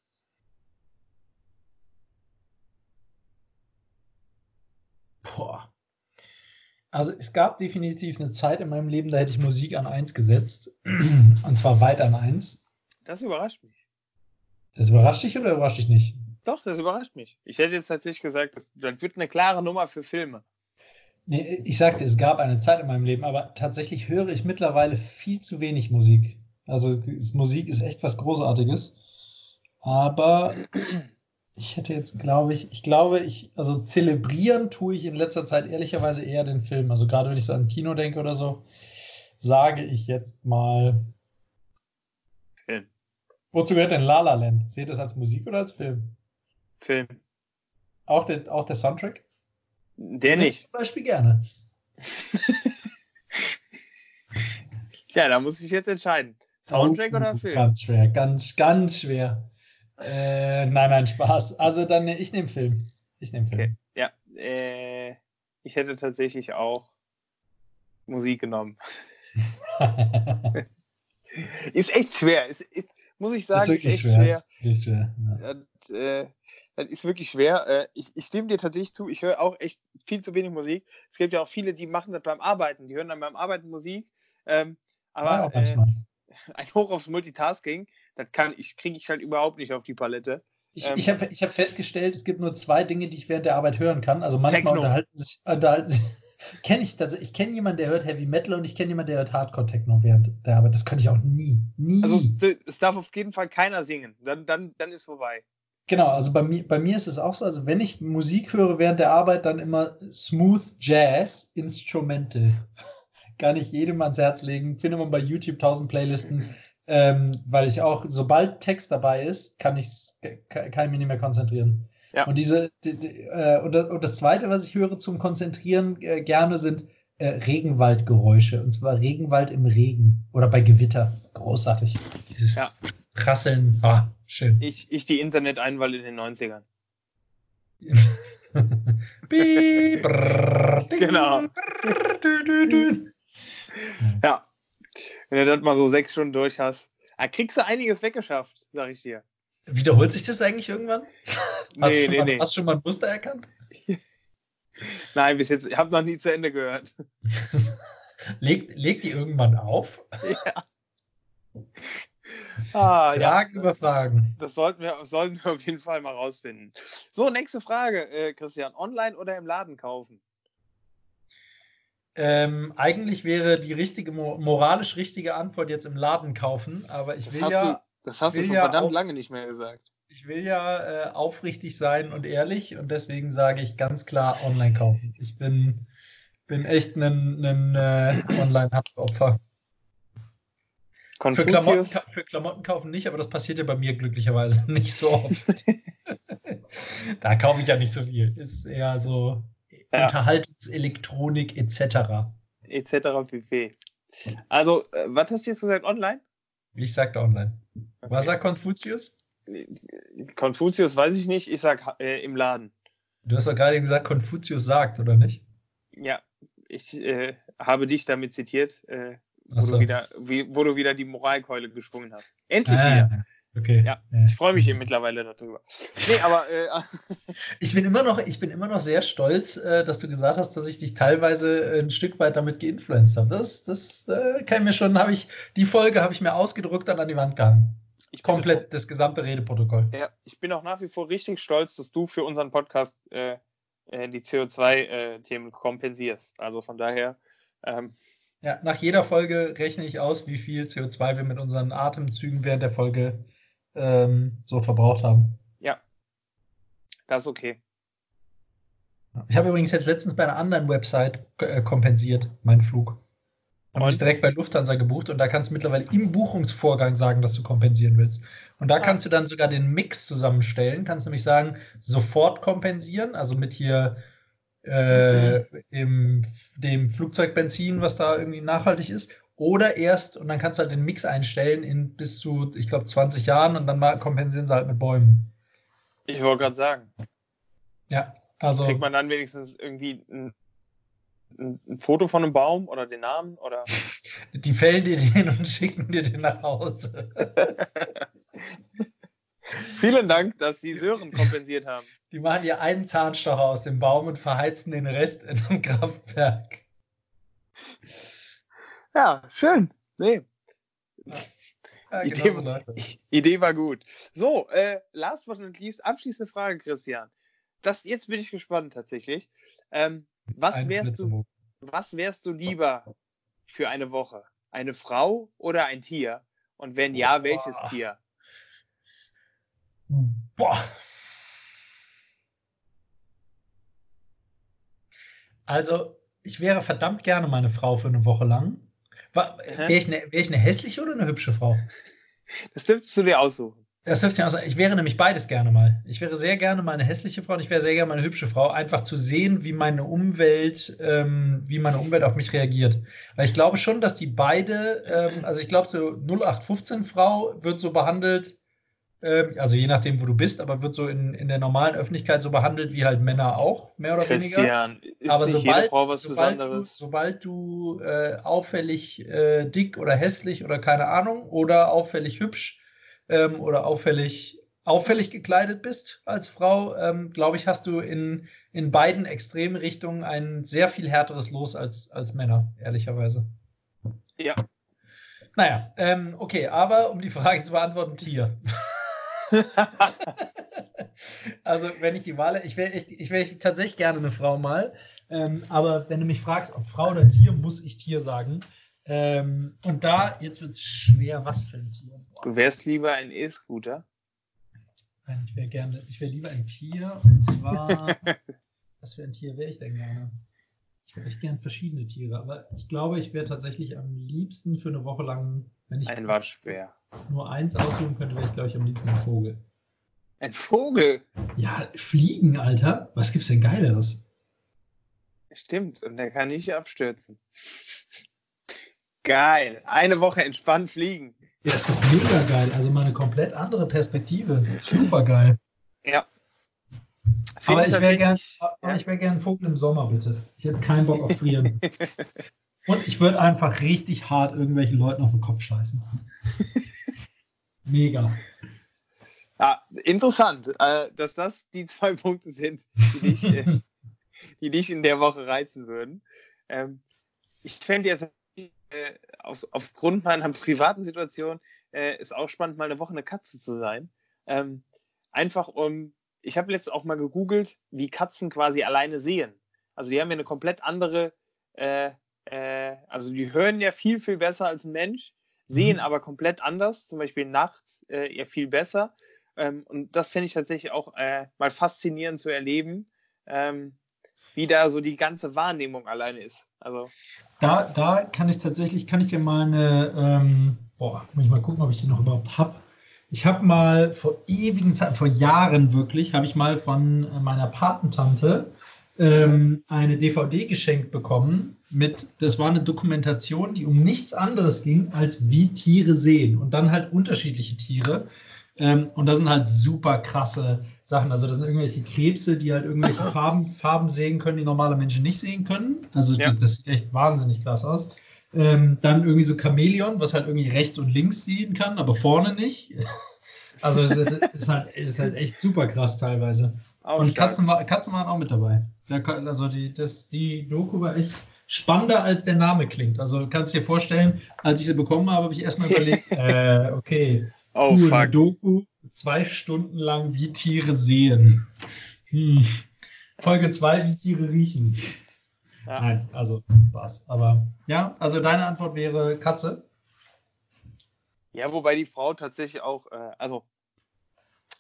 Boah. Also es gab definitiv eine Zeit in meinem Leben, da hätte ich Musik an 1 gesetzt. Und zwar weit an 1. Das überrascht mich. Das überrascht dich oder überrascht dich nicht? Doch, das überrascht mich. Ich hätte jetzt tatsächlich gesagt, das wird eine klare Nummer für Filme. Nee, ich sagte, es gab eine Zeit in meinem Leben, aber tatsächlich höre ich mittlerweile viel zu wenig Musik. Also Musik ist echt was Großartiges. Aber ich hätte jetzt, also zelebrieren tue ich in letzter Zeit ehrlicherweise eher den Film. Also gerade wenn ich so an Kino denke oder so, sage ich jetzt mal. Film. Wozu gehört denn La La Land? Seht ihr das als Musik oder als Film? Film. Auch der Soundtrack? Der nicht. Zum Beispiel gerne. Tja, da muss ich jetzt entscheiden. Soundtrack oder Film? Ganz schwer, ganz schwer. Nein, Spaß. Also dann, ich nehme Film. Okay. Ja, ich hätte tatsächlich auch Musik genommen. Ist echt schwer. Muss ich sagen, ist echt schwer. Ist schwer. Ja. Das ist wirklich schwer. Ich stimme dir tatsächlich zu, ich höre auch echt viel zu wenig Musik. Es gibt ja auch viele, die machen das beim Arbeiten. Die hören dann beim Arbeiten Musik. Aber manchmal. Ein Hoch aufs Multitasking, das kriege ich halt überhaupt nicht auf die Palette. Ich hab festgestellt, es gibt nur 2 Dinge, die ich während der Arbeit hören kann. Also manchmal unterhalten sich ich kenne jemanden, der hört Heavy Metal und ich kenne jemanden, der hört Hardcore-Techno während der Arbeit. Das könnte ich auch nie. Also es darf auf jeden Fall keiner singen. Dann ist vorbei. Genau, also bei mir ist es auch so, also wenn ich Musik höre während der Arbeit, dann immer Smooth Jazz Instrumental. Kann ich jedem ans Herz legen. Findet man bei YouTube 1000 Playlisten, weil ich auch, sobald Text dabei ist, kann ich mich nicht mehr konzentrieren. Ja. Und und das Zweite, was ich höre zum Konzentrieren gerne, sind Regenwaldgeräusche. Und zwar Regenwald im Regen oder bei Gewitter. Großartig. Dieses Rasseln. Schön. Ich die Internet-Einwahl in den 90ern. Genau. Ja. Wenn du das mal so 6 Stunden durch hast, kriegst du einiges weggeschafft, sag ich dir. Wiederholt sich das eigentlich irgendwann? Nee. Hast du schon mal ein Muster erkannt? Nein, bis jetzt. Ich habe noch nie zu Ende gehört. Legt die irgendwann auf? Ja. Fragen über Fragen. Das sollten wir auf jeden Fall mal rausfinden. So, nächste Frage, Christian. Online oder im Laden kaufen? Eigentlich wäre die moralisch richtige Antwort jetzt im Laden kaufen, aber das hast du schon verdammt lange nicht mehr gesagt. Ich will ja aufrichtig sein und ehrlich und deswegen sage ich ganz klar online kaufen. Ich bin echt ein Online-Opfer. Für Klamotten kaufen nicht, aber das passiert ja bei mir glücklicherweise nicht so oft. Da kaufe ich ja nicht so viel. Ist eher so Unterhaltungselektronik etc. pp. Also, was hast du jetzt gesagt? Online? Ich sagte online. Okay. Was sagt Konfuzius? Konfuzius weiß ich nicht. Ich sag im Laden. Du hast doch gerade gesagt, Konfuzius sagt, oder nicht? Ja, ich habe dich damit zitiert, wo du wieder die Moralkeule geschwungen hast. Endlich wieder. Okay. Ja, ich freue mich eben mittlerweile darüber. Nee, aber ich bin immer noch sehr stolz, dass du gesagt hast, dass ich dich teilweise ein Stück weit damit geinfluenced habe. Das kann mir schon, die Folge habe ich mir ausgedruckt und an die Wand gehangen. Komplett das gesamte Redeprotokoll. Ja, ich bin auch nach wie vor richtig stolz, dass du für unseren Podcast die CO2-Themen kompensierst. Also von daher. Ja, nach jeder Folge rechne ich aus, wie viel CO2 wir mit unseren Atemzügen während der Folge so verbraucht haben. Ja. Das ist okay. Ich habe übrigens jetzt letztens bei einer anderen Website kompensiert, meinen Flug. Habe ich direkt bei Lufthansa gebucht und da kannst du mittlerweile im Buchungsvorgang sagen, dass du kompensieren willst. Und da kannst du dann sogar den Mix zusammenstellen. Kannst nämlich sagen, sofort kompensieren, also mit hier dem Flugzeugbenzin, was da irgendwie nachhaltig ist. Oder erst, und dann kannst du halt den Mix einstellen in bis zu, ich glaube, 20 Jahren und dann mal kompensieren sie halt mit Bäumen. Ich wollte gerade sagen. Ja, also. Kriegt man dann wenigstens irgendwie ein Foto von einem Baum oder den Namen? Oder? Die fällen dir den und schicken dir den nach Hause. Vielen Dank, dass die Sören kompensiert haben. Die machen dir einen Zahnstocher aus dem Baum und verheizen den Rest in einem Kraftwerk. Ja, schön. Nee. Ja, Idee war gut. So, last but not least, abschließende Frage, Christian. Jetzt bin ich gespannt tatsächlich. Was wärst du lieber für eine Woche? Eine Frau oder ein Tier? Und wenn ja, welches Tier? Boah. Also, ich wäre verdammt gerne meine Frau für eine Woche lang. Wäre ich eine hässliche oder eine hübsche Frau? Das dürftest du dir aussuchen. Das dürfte ich aussuchen. Ich wäre nämlich beides gerne mal. Ich wäre sehr gerne mal eine hässliche Frau und ich wäre sehr gerne mal eine hübsche Frau, einfach zu sehen, wie meine Umwelt auf mich reagiert. Weil ich glaube schon, dass die beide, also ich glaube, so 0815-Frau wird so behandelt, also je nachdem, wo du bist, aber wird so in der normalen Öffentlichkeit so behandelt, wie halt Männer auch, mehr oder Christian, weniger. ist aber nicht jede Frau was Besonderes? Sobald du auffällig dick oder hässlich oder keine Ahnung oder auffällig hübsch oder auffällig gekleidet bist als Frau, glaube ich, hast du in beiden extremen Richtungen ein sehr viel härteres Los als Männer, ehrlicherweise. Ja. Naja, okay, aber um die Frage zu beantworten, Tier. Also, wenn ich die Wahl, ich wäre tatsächlich gerne eine Frau mal, aber wenn du mich fragst, ob Frau oder Tier, muss ich Tier sagen. Und jetzt wird es schwer, was für ein Tier. Boah. Du wärst lieber ein E-Scooter? Nein, ich wäre lieber ein Tier, und zwar, was für ein Tier wäre ich denn gerne? Ich wäre echt gern verschiedene Tiere, aber ich glaube, ich wäre tatsächlich am liebsten für eine Woche lang, wenn ich ein Waschbär. Nur eins aussuchen könnte, wäre ich, glaube ich, am liebsten ein Vogel. Ein Vogel? Ja, Fliegen, Alter. Was gibt's denn Geileres? Stimmt, und der kann nicht abstürzen. Geil. Eine Woche entspannt fliegen. Ja, ist doch mega geil. Also mal eine komplett andere Perspektive. Super geil. Ja. Aber ich wäre gern ein Vogel im Sommer, bitte. Ich hätte keinen Bock auf Frieren. Und ich würde einfach richtig hart irgendwelchen Leuten auf den Kopf scheißen. Mega. Ja, interessant, dass das die 2 Punkte sind, die dich in der Woche reizen würden. Ich fände jetzt aufgrund meiner privaten Situation ist auch spannend, mal eine Woche eine Katze zu sein. Einfach ich habe letztens auch mal gegoogelt, wie Katzen quasi alleine sehen. Also die haben ja eine komplett andere, also die hören ja viel, viel besser als ein Mensch, sehen aber komplett anders, zum Beispiel nachts ja viel besser. Und das finde ich tatsächlich auch mal faszinierend zu erleben, wie da so die ganze Wahrnehmung alleine ist. Also da kann ich dir mal muss ich mal gucken, ob ich die noch überhaupt habe. Ich habe mal vor ewigen Zeiten, vor Jahren wirklich, habe ich mal von meiner Patentante eine DVD geschenkt bekommen das war eine Dokumentation, die um nichts anderes ging, als wie Tiere sehen und dann halt unterschiedliche Tiere. Und da sind halt super krasse Sachen. Also da sind irgendwelche Krebse, die halt irgendwelche Farben sehen können, die normale Menschen nicht sehen können. Also das sieht echt wahnsinnig krass aus. Dann irgendwie so Chamäleon, was halt irgendwie rechts und links sehen kann, aber vorne nicht. Also es ist halt echt super krass teilweise. Und Katzen waren auch mit dabei. Also die Doku war echt spannender, als der Name klingt. Also du kannst dir vorstellen, als ich sie bekommen habe, habe ich erstmal überlegt, okay, eine Doku, 2 Stunden lang, wie Tiere sehen. Folge 2, wie Tiere riechen. Ja. Nein, also Spaß. Aber ja, also deine Antwort wäre Katze? Ja, wobei die Frau tatsächlich auch,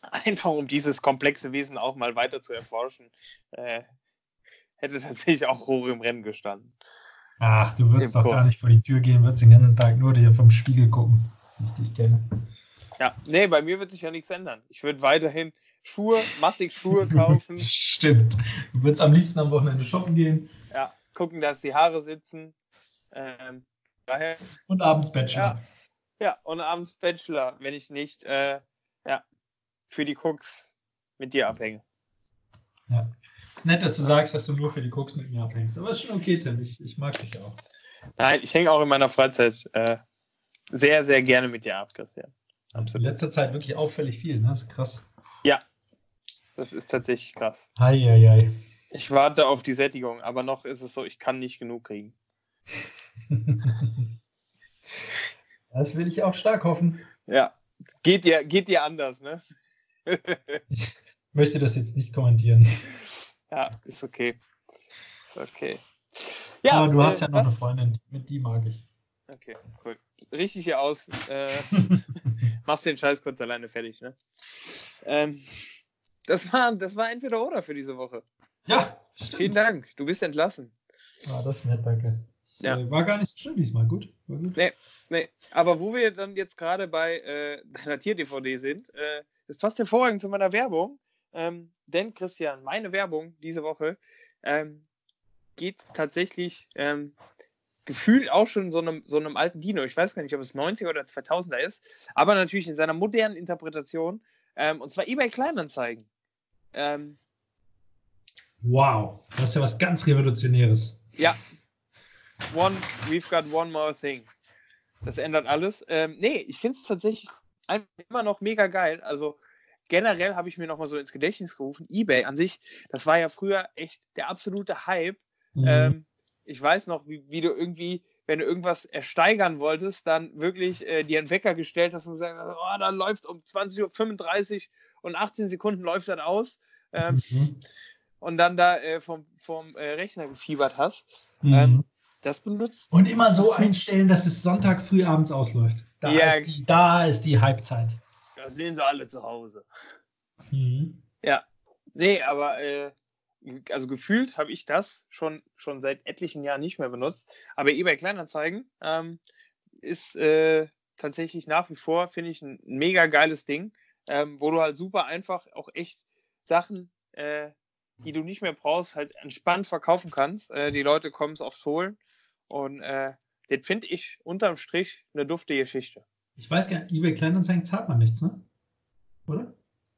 Einfach um dieses komplexe Wesen auch mal weiter zu erforschen, hätte tatsächlich auch Rohre im Rennen gestanden. Ach, du würdest Im doch gar Kurs. nicht vor die Tür gehen, würdest den ganzen Tag nur dir vom Spiegel gucken, wie ich dich kenne. Ja, nee, bei mir wird sich ja nichts ändern. Ich würde weiterhin massig Schuhe kaufen. Stimmt. Du würdest am liebsten am Wochenende shoppen gehen. Ja, gucken, dass die Haare sitzen. Daher. Und abends Bachelor. Ja, und abends Bachelor, wenn ich nicht für die Cooks mit dir abhänge. Ja. Es ist nett, dass du sagst, dass du nur für die Cooks mit mir abhängst. Aber ist schon okay, Tim. Ich mag dich auch. Nein, ich hänge auch in meiner Freizeit sehr, sehr gerne mit dir ab, Christian. Absolut. In letzter Zeit wirklich auffällig viel, ne? Das ist krass. Ja, das ist tatsächlich krass. Ei. Ich warte auf die Sättigung, aber noch ist es so, ich kann nicht genug kriegen. Das will ich auch stark hoffen. Ja, geht dir anders, ne? Ich möchte das jetzt nicht kommentieren. Ja, ist okay. Ja, aber du hast ja noch eine Freundin, mit die mag ich. Okay, cool. Richtig hier aus. Machst den Scheiß kurz alleine fertig, ne? Das war entweder oder für diese Woche. Ja, stimmt. Vielen Dank, du bist entlassen. Ah, das ist nett, danke. Ja. War gar nicht so schlimm diesmal, gut. War gut. Nee, aber wo wir dann jetzt gerade bei deiner Tier-DVD sind, das passt hervorragend zu meiner Werbung, denn Christian, meine Werbung diese Woche geht tatsächlich gefühlt auch schon so einem alten Dino. Ich weiß gar nicht, ob es 90er oder 2000er ist, aber natürlich in seiner modernen Interpretation, und zwar eBay Kleinanzeigen. Wow, das ist ja was ganz Revolutionäres. Ja. We've got one more thing. Das ändert alles. Ich finde es tatsächlich immer noch mega geil. Also generell habe ich mir noch mal so ins Gedächtnis gerufen, eBay an sich, das war ja früher echt der absolute Hype. Mhm. Ich weiß noch, wie du irgendwie, wenn du irgendwas ersteigern wolltest, dann wirklich dir einen Wecker gestellt hast und gesagt hast, oh, da läuft um 20:35 Uhr und 18 Sekunden läuft das aus. Und dann da vom Rechner gefiebert hast. Das benutzt. Und immer so einstellen, dass es Sonntag früh abends ausläuft. Da ist die Halbzeit. Da sehen sie alle zu Hause. Mhm. Ja. Nee, aber also gefühlt habe ich das schon seit etlichen Jahren nicht mehr benutzt. Aber eBay Kleinanzeigen ist tatsächlich nach wie vor, finde ich, ein mega geiles Ding, wo du halt super einfach auch echt Sachen, die du nicht mehr brauchst, halt entspannt verkaufen kannst. Die Leute kommen es oft holen. Und das finde ich unterm Strich eine dufte Geschichte. Ich weiß gar nicht, eBay Kleinanzeigen zahlt man nichts, ne? Oder?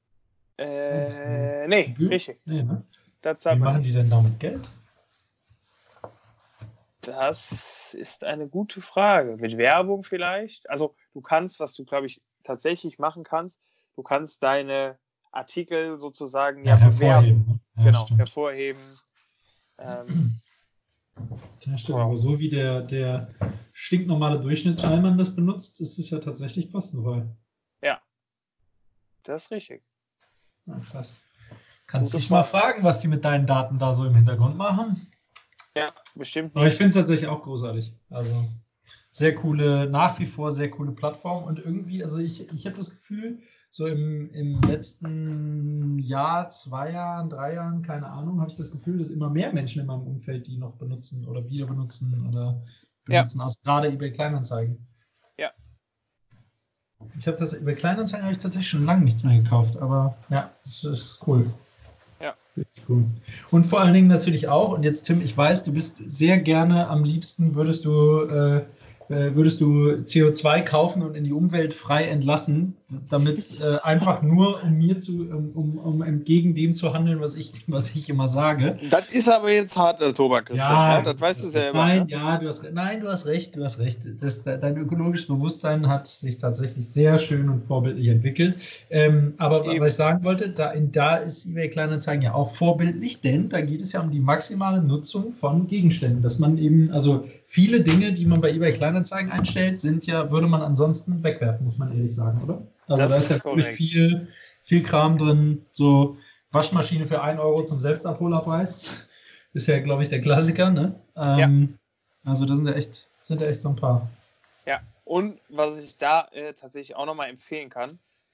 Nee, richtig. Nee, ne? Wie machen die denn damit Geld? Das ist eine gute Frage. Mit Werbung vielleicht. Also du kannst, was du, glaube ich, tatsächlich machen kannst, du kannst deine Artikel sozusagen hervorheben. bewerben. Ne? Ja, genau, stimmt. hervorheben. Ja, stimmt. Aber so wie der stinknormale Durchschnittsallmann das benutzt, ist es ja tatsächlich kostenfrei. Ja, das ist richtig. Ja, krass. Kannst dich mal fragen, was die mit deinen Daten da so im Hintergrund machen? Ja, bestimmt. Aber ich finde es tatsächlich auch großartig. Also nach wie vor sehr coole Plattform und irgendwie, also ich habe das Gefühl, so im letzten Jahr, 2 Jahren, 3 Jahren, keine Ahnung, habe ich das Gefühl, dass immer mehr Menschen in meinem Umfeld die noch benutzen oder wieder benutzen oder benutzen, also gerade eBay Kleinanzeigen. Ja. Ich habe das eBay Kleinanzeigen habe ich tatsächlich schon lange nichts mehr gekauft, aber ja, das ist cool. Ja. Richtig cool. Und vor allen Dingen natürlich auch, und jetzt Tim, ich weiß, du bist sehr gerne am liebsten, würdest du CO2 kaufen und in die Umwelt frei entlassen, damit einfach nur um entgegen dem zu handeln, was ich immer sage. Das ist aber jetzt harter Tobak, Christian. Ja, das weißt du selber. Nein, ne? ja, du hast recht. Dein ökologisches Bewusstsein hat sich tatsächlich sehr schön und vorbildlich entwickelt. Aber Eben. was ich sagen wollte, da ist eBay Kleinanzeigen ja auch vorbildlich, denn da geht es ja um die maximale Nutzung von Gegenständen, dass man eben, also viele Dinge, die man bei eBay Kleinanzeigen einstellt, würde man ansonsten wegwerfen, muss man ehrlich sagen, oder? Also da ist ja wirklich viel Kram drin, so Waschmaschine für 1 Euro zum Selbstabholerpreis. Ist ja, glaube ich, der Klassiker, ne? Also da sind ja echt so ein paar. Ja, und was ich da tatsächlich auch nochmal empfehlen kann,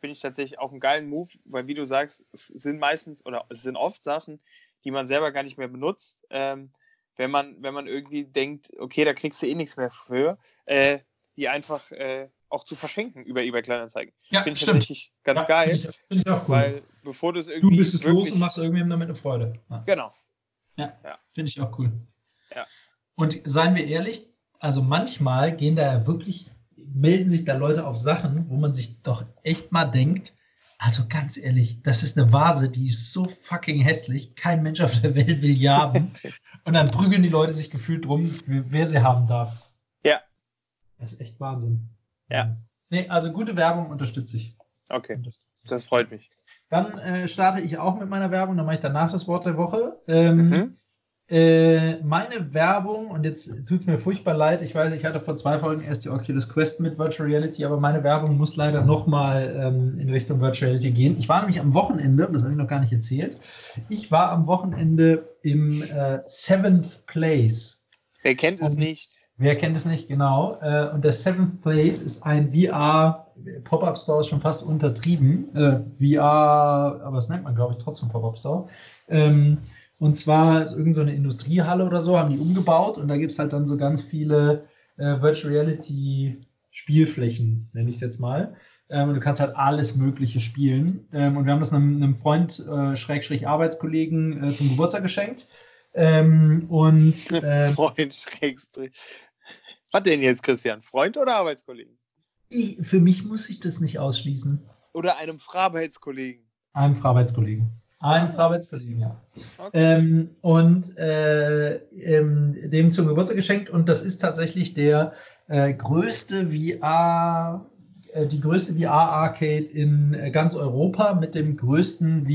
finde ich tatsächlich auch einen geilen Move, weil wie du sagst, es sind oft Sachen, die man selber gar nicht mehr benutzt, wenn man irgendwie denkt, okay, da kriegst du eh nichts mehr für, die einfach auch zu verschenken über eBay Kleinanzeigen. Ja, Finde ich stimmt. tatsächlich ganz geil. Finde ich auch cool. Weil bevor du es Du irgendwie bist es wirklich... los und machst irgendwem damit eine Freude. Ja. Genau. Ja. Finde ich auch cool. Ja. Und seien wir ehrlich, also manchmal melden sich da Leute auf Sachen, wo man sich doch echt mal denkt, also ganz ehrlich, das ist eine Vase, die ist so fucking hässlich, kein Mensch auf der Welt will die haben. Und dann prügeln die Leute sich gefühlt drum, wer sie haben darf. Ja. Das ist echt Wahnsinn. Ja. Nee, also gute Werbung unterstütze ich. Okay, das freut mich. Dann starte ich auch mit meiner Werbung, dann mache ich danach das Wort der Woche. Meine Werbung, und jetzt tut es mir furchtbar leid, ich weiß, ich hatte vor 2 Folgen erst die Oculus Quest mit Virtual Reality, aber meine Werbung muss leider nochmal in Richtung Virtual Reality gehen. Ich war nämlich am Wochenende, und das habe ich noch gar nicht erzählt, ich war am Wochenende im Seventh Place. Wer kennt es nicht? Wer kennt es nicht, genau. Und der Seventh Place ist ein VR-Pop-Up-Store, ist schon fast untertrieben. VR, aber das nennt man, glaube ich, trotzdem Pop-Up-Store. Und zwar ist irgend so eine Industriehalle oder so, haben die umgebaut und da gibt es halt dann so ganz viele Virtual Reality Spielflächen, nenne ich es jetzt mal. Und du kannst halt alles Mögliche spielen. Und wir haben das einem Freund, Schrägstrich Arbeitskollegen, zum Geburtstag geschenkt. Freund, Schrägstrich. Was denn jetzt, Christian? Freund oder Arbeitskollegen? Für mich muss ich das nicht ausschließen. Oder einem Arbeitskollegen? Einem Arbeitskollegen. Ja. Okay. Dem zum Geburtstag geschenkt und das ist tatsächlich die größte VR-Arcade in ganz Europa mit der größten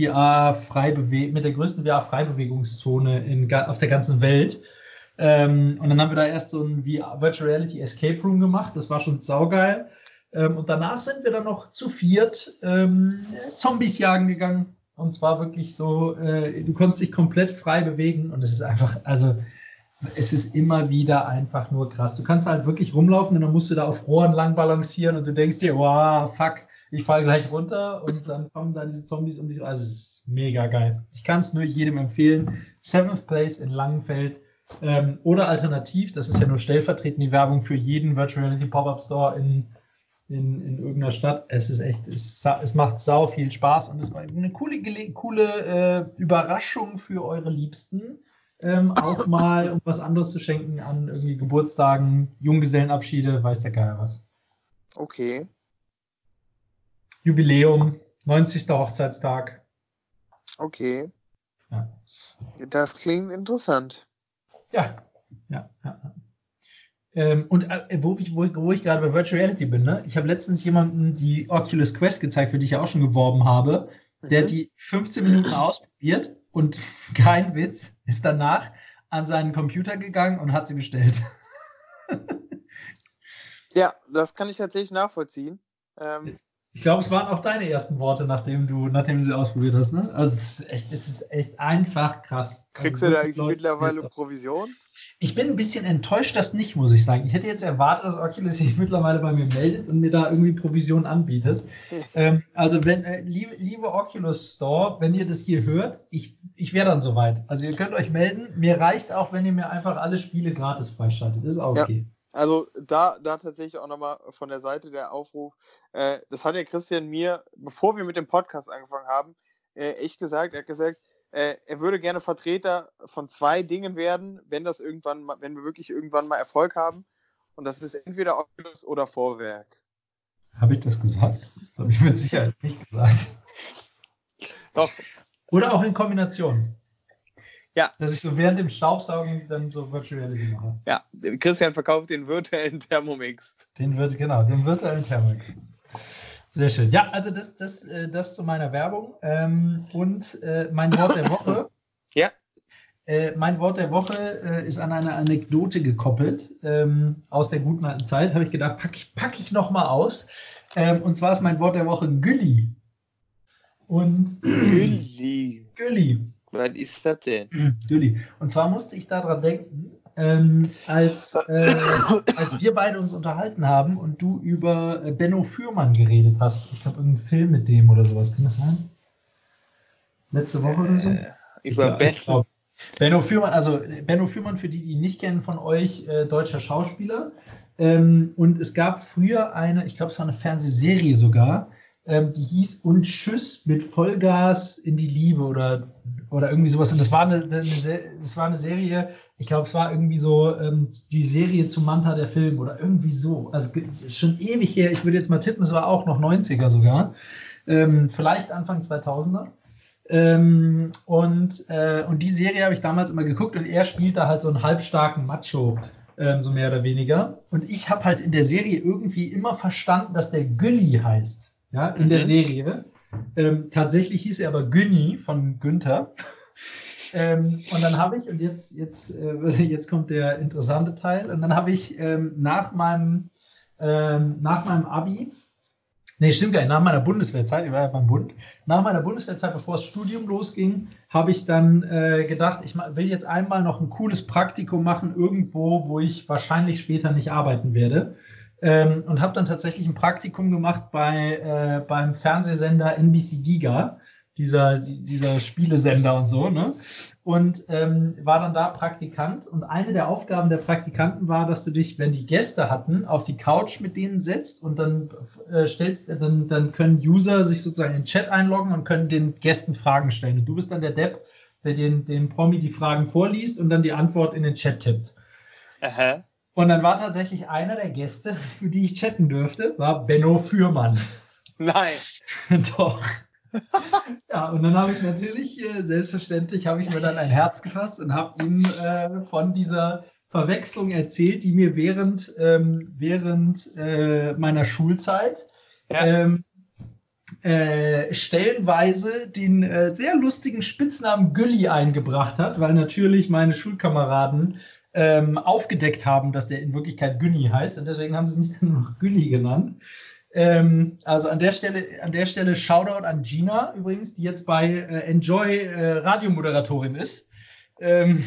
VR-Freibewegungszone auf der ganzen Welt. Und dann haben wir da erst so ein Virtual Reality Escape Room gemacht, das war schon saugeil. Und danach sind wir dann noch zu 4 Zombies jagen gegangen. Und zwar wirklich so, du konntest dich komplett frei bewegen und es ist einfach, also es ist immer wieder einfach nur krass. Du kannst halt wirklich rumlaufen und dann musst du da auf Rohren lang balancieren und du denkst dir, wow, fuck, ich falle gleich runter und dann kommen da diese Zombies um dich. Also es ist mega geil. Ich kann es nur jedem empfehlen. Seventh Place in Langenfeld oder alternativ, das ist ja nur stellvertretend die Werbung für jeden Virtual Reality Pop-Up Store in irgendeiner Stadt. Es ist echt, es macht sau viel Spaß und es war eine coole Überraschung für eure Liebsten. Auch mal, um was anderes zu schenken an irgendwie Geburtstagen, Junggesellenabschiede, weiß der Geier was. Okay. Jubiläum, 90. Hochzeitstag. Okay. Ja. Das klingt interessant. Ja. Und wo ich gerade bei Virtual Reality bin, ne? Ich habe letztens jemandem die Oculus Quest gezeigt, für die ich ja auch schon geworben habe. Der hat die 15 Minuten ausprobiert und kein Witz, ist danach an seinen Computer gegangen und hat sie bestellt. Ja, das kann ich tatsächlich nachvollziehen. Ich glaube, es waren auch deine ersten Worte, nachdem du sie ausprobiert hast, ne? Also es ist echt einfach krass. Kriegst du da mittlerweile Provision? Ich bin ein bisschen enttäuscht, das nicht, muss ich sagen. Ich hätte jetzt erwartet, dass Oculus sich mittlerweile bei mir meldet und mir da irgendwie Provision anbietet. Also wenn, liebe Oculus Store, wenn ihr das hier hört, ich wäre dann soweit. Also ihr könnt euch melden. Mir reicht auch, wenn ihr mir einfach alle Spiele gratis freischaltet. Das ist auch okay. Ja. Also da tatsächlich auch nochmal von der Seite der Aufruf, das hat der Christian mir, bevor wir mit dem Podcast angefangen haben, echt gesagt. Er hat gesagt, er würde gerne Vertreter von 2 Dingen werden, wenn wir wirklich irgendwann mal Erfolg haben. Und das ist entweder Oculus oder Vorwerk. Habe ich das gesagt? Das habe ich mit Sicherheit nicht gesagt. Doch. Oder auch in Kombination. Ja. Dass ich so während dem Staubsaugen dann so Virtual Reality mache. Ja, Christian verkauft den virtuellen Thermomix. Den virtuellen Thermomix. Sehr schön. Ja, also das zu meiner Werbung. Und mein Wort der Woche. Ja. Mein Wort der Woche ist an eine Anekdote gekoppelt aus der guten alten Zeit. Habe ich gedacht, pack ich noch mal aus. Und zwar ist mein Wort der Woche Gülli. Und Gülli. Gülli. Was ist das denn? Gülli. Und zwar musste ich daran denken, als wir beide uns unterhalten haben und du über Benno Fürmann geredet hast. Ich glaube, irgendein Film mit dem oder sowas. Kann das sein? Letzte Woche oder so? Ich glaube. Benno Fürmann, für die ihn nicht kennen von euch, deutscher Schauspieler. Und es gab früher ich glaube, es war eine Fernsehserie sogar, die hieß Und Tschüss mit Vollgas in die Liebe oder irgendwie sowas. Und das war eine Serie, ich glaube, es war irgendwie so die Serie zu Manta der Film oder irgendwie so. Also ist schon ewig her. Ich würde jetzt mal tippen, es war auch noch 90er sogar. Vielleicht Anfang 2000er. Und die Serie habe ich damals immer geguckt und er spielt da halt so einen halbstarken Macho, so mehr oder weniger. Und ich habe halt in der Serie irgendwie immer verstanden, dass der Gülli heißt. Ja, in der Serie. Tatsächlich hieß er aber Günni von Günther. Und dann habe ich, und jetzt kommt der interessante Teil, und dann habe ich nach meinem Abi, nee, stimmt gar nicht, nach meiner Bundeswehrzeit, ich war ja beim Bund, nach meiner Bundeswehrzeit, bevor das Studium losging, habe ich dann gedacht, ich will jetzt einmal noch ein cooles Praktikum machen, irgendwo, wo ich wahrscheinlich später nicht arbeiten werde. Und habe dann tatsächlich ein Praktikum gemacht beim Fernsehsender NBC Giga, dieser Spielesender und so, ne? Und war dann da Praktikant. Und eine der Aufgaben der Praktikanten war, dass du dich, wenn die Gäste hatten, auf die Couch mit denen setzt und dann dann können User sich sozusagen in den Chat einloggen und können den Gästen Fragen stellen. Und du bist dann der Depp, der den Promi die Fragen vorliest und dann die Antwort in den Chat tippt. Aha. Und dann war tatsächlich einer der Gäste, für die ich chatten durfte, war Benno Fürmann. Nein. Doch. Ja, und dann habe ich natürlich, selbstverständlich, habe ich mir dann ein Herz gefasst und habe ihm von dieser Verwechslung erzählt, die mir während meiner Schulzeit stellenweise den sehr lustigen Spitznamen Gülli eingebracht hat, weil natürlich meine Schulkameraden aufgedeckt haben, dass der in Wirklichkeit Günni heißt und deswegen haben sie mich dann nur noch Gülli genannt. Also an der Stelle Shoutout an Gina übrigens, die jetzt bei Enjoy Radiomoderatorin ist. Die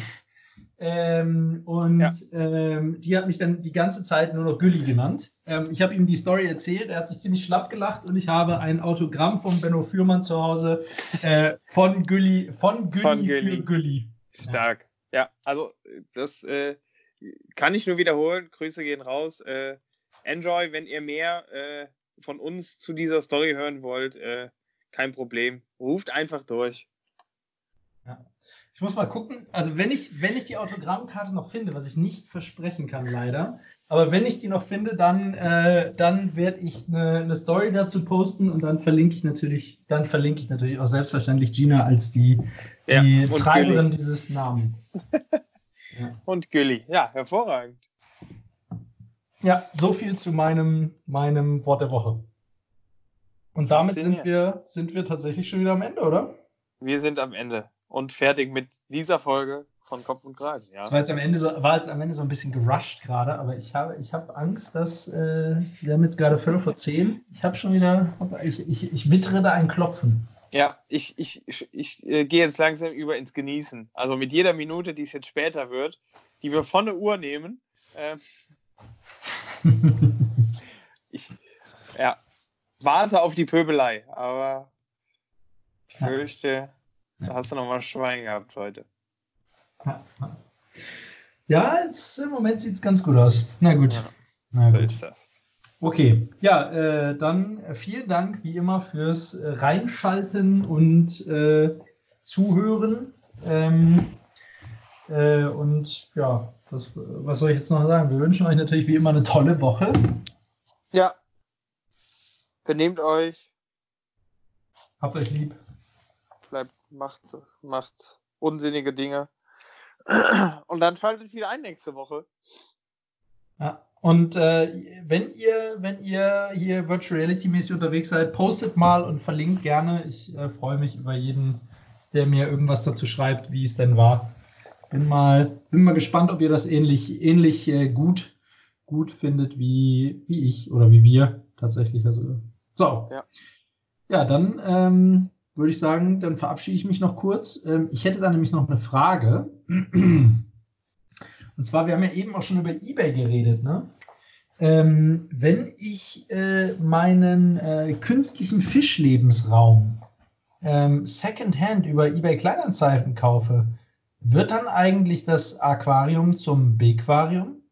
hat mich dann die ganze Zeit nur noch Gülli genannt. Ich habe ihm die Story erzählt, er hat sich ziemlich schlapp gelacht und ich habe ein Autogramm von Benno Fürmann zu Hause von Gülli für Gülli. Stark. Ja, also das kann ich nur wiederholen. Grüße gehen raus. Enjoy, wenn ihr mehr von uns zu dieser Story hören wollt, kein Problem. Ruft einfach durch. Ja. Ich muss mal gucken, also wenn ich die Autogrammkarte noch finde, was ich nicht versprechen kann leider, aber wenn ich die noch finde, dann werde ich eine Story dazu posten und dann verlinke ich natürlich auch selbstverständlich Gina als die Treiberin dieses Namens. Ja. Und Gülli, ja, hervorragend. Ja, so viel zu meinem Wort der Woche. Und damit sind wir tatsächlich schon wieder am Ende, oder? Wir sind am Ende und fertig mit dieser Folge von Kopf und Kragen. Ja. Das war jetzt am Ende so ein bisschen gerusht gerade, aber ich habe Angst, dass wir haben jetzt gerade 5:10. Ich habe schon wieder, ich wittere da ein Klopfen. Ja, ich gehe jetzt langsam über ins Genießen. Also mit jeder Minute, die es jetzt später wird, die wir von der Uhr nehmen, ich warte auf die Pöbelei, aber ich fürchte, da hast du nochmal Schwein gehabt heute. Ja, im Moment sieht es ganz gut aus. Na gut. Ja, so ist das. Okay, ja, dann vielen Dank wie immer fürs Reinschalten und Zuhören. Und ja, was soll ich jetzt noch sagen? Wir wünschen euch natürlich wie immer eine tolle Woche. Ja. Benehmt euch. Habt euch lieb. Macht unsinnige Dinge. Und dann schaltet wieder ein nächste Woche. Ja. Und wenn ihr hier Virtual Reality-mäßig unterwegs seid, postet mal und verlinkt gerne. Ich freue mich über jeden, der mir irgendwas dazu schreibt, wie es denn war. Bin mal gespannt, ob ihr das ähnlich gut findet wie ich oder wie wir tatsächlich. Also, so. Ja, dann würde ich sagen, dann verabschiede ich mich noch kurz. Ich hätte da nämlich noch eine Frage. Und zwar, wir haben ja eben auch schon über eBay geredet, ne? Wenn ich meinen künstlichen Fischlebensraum Secondhand über eBay Kleinanzeigen kaufe, wird dann eigentlich das Aquarium zum Bequarium?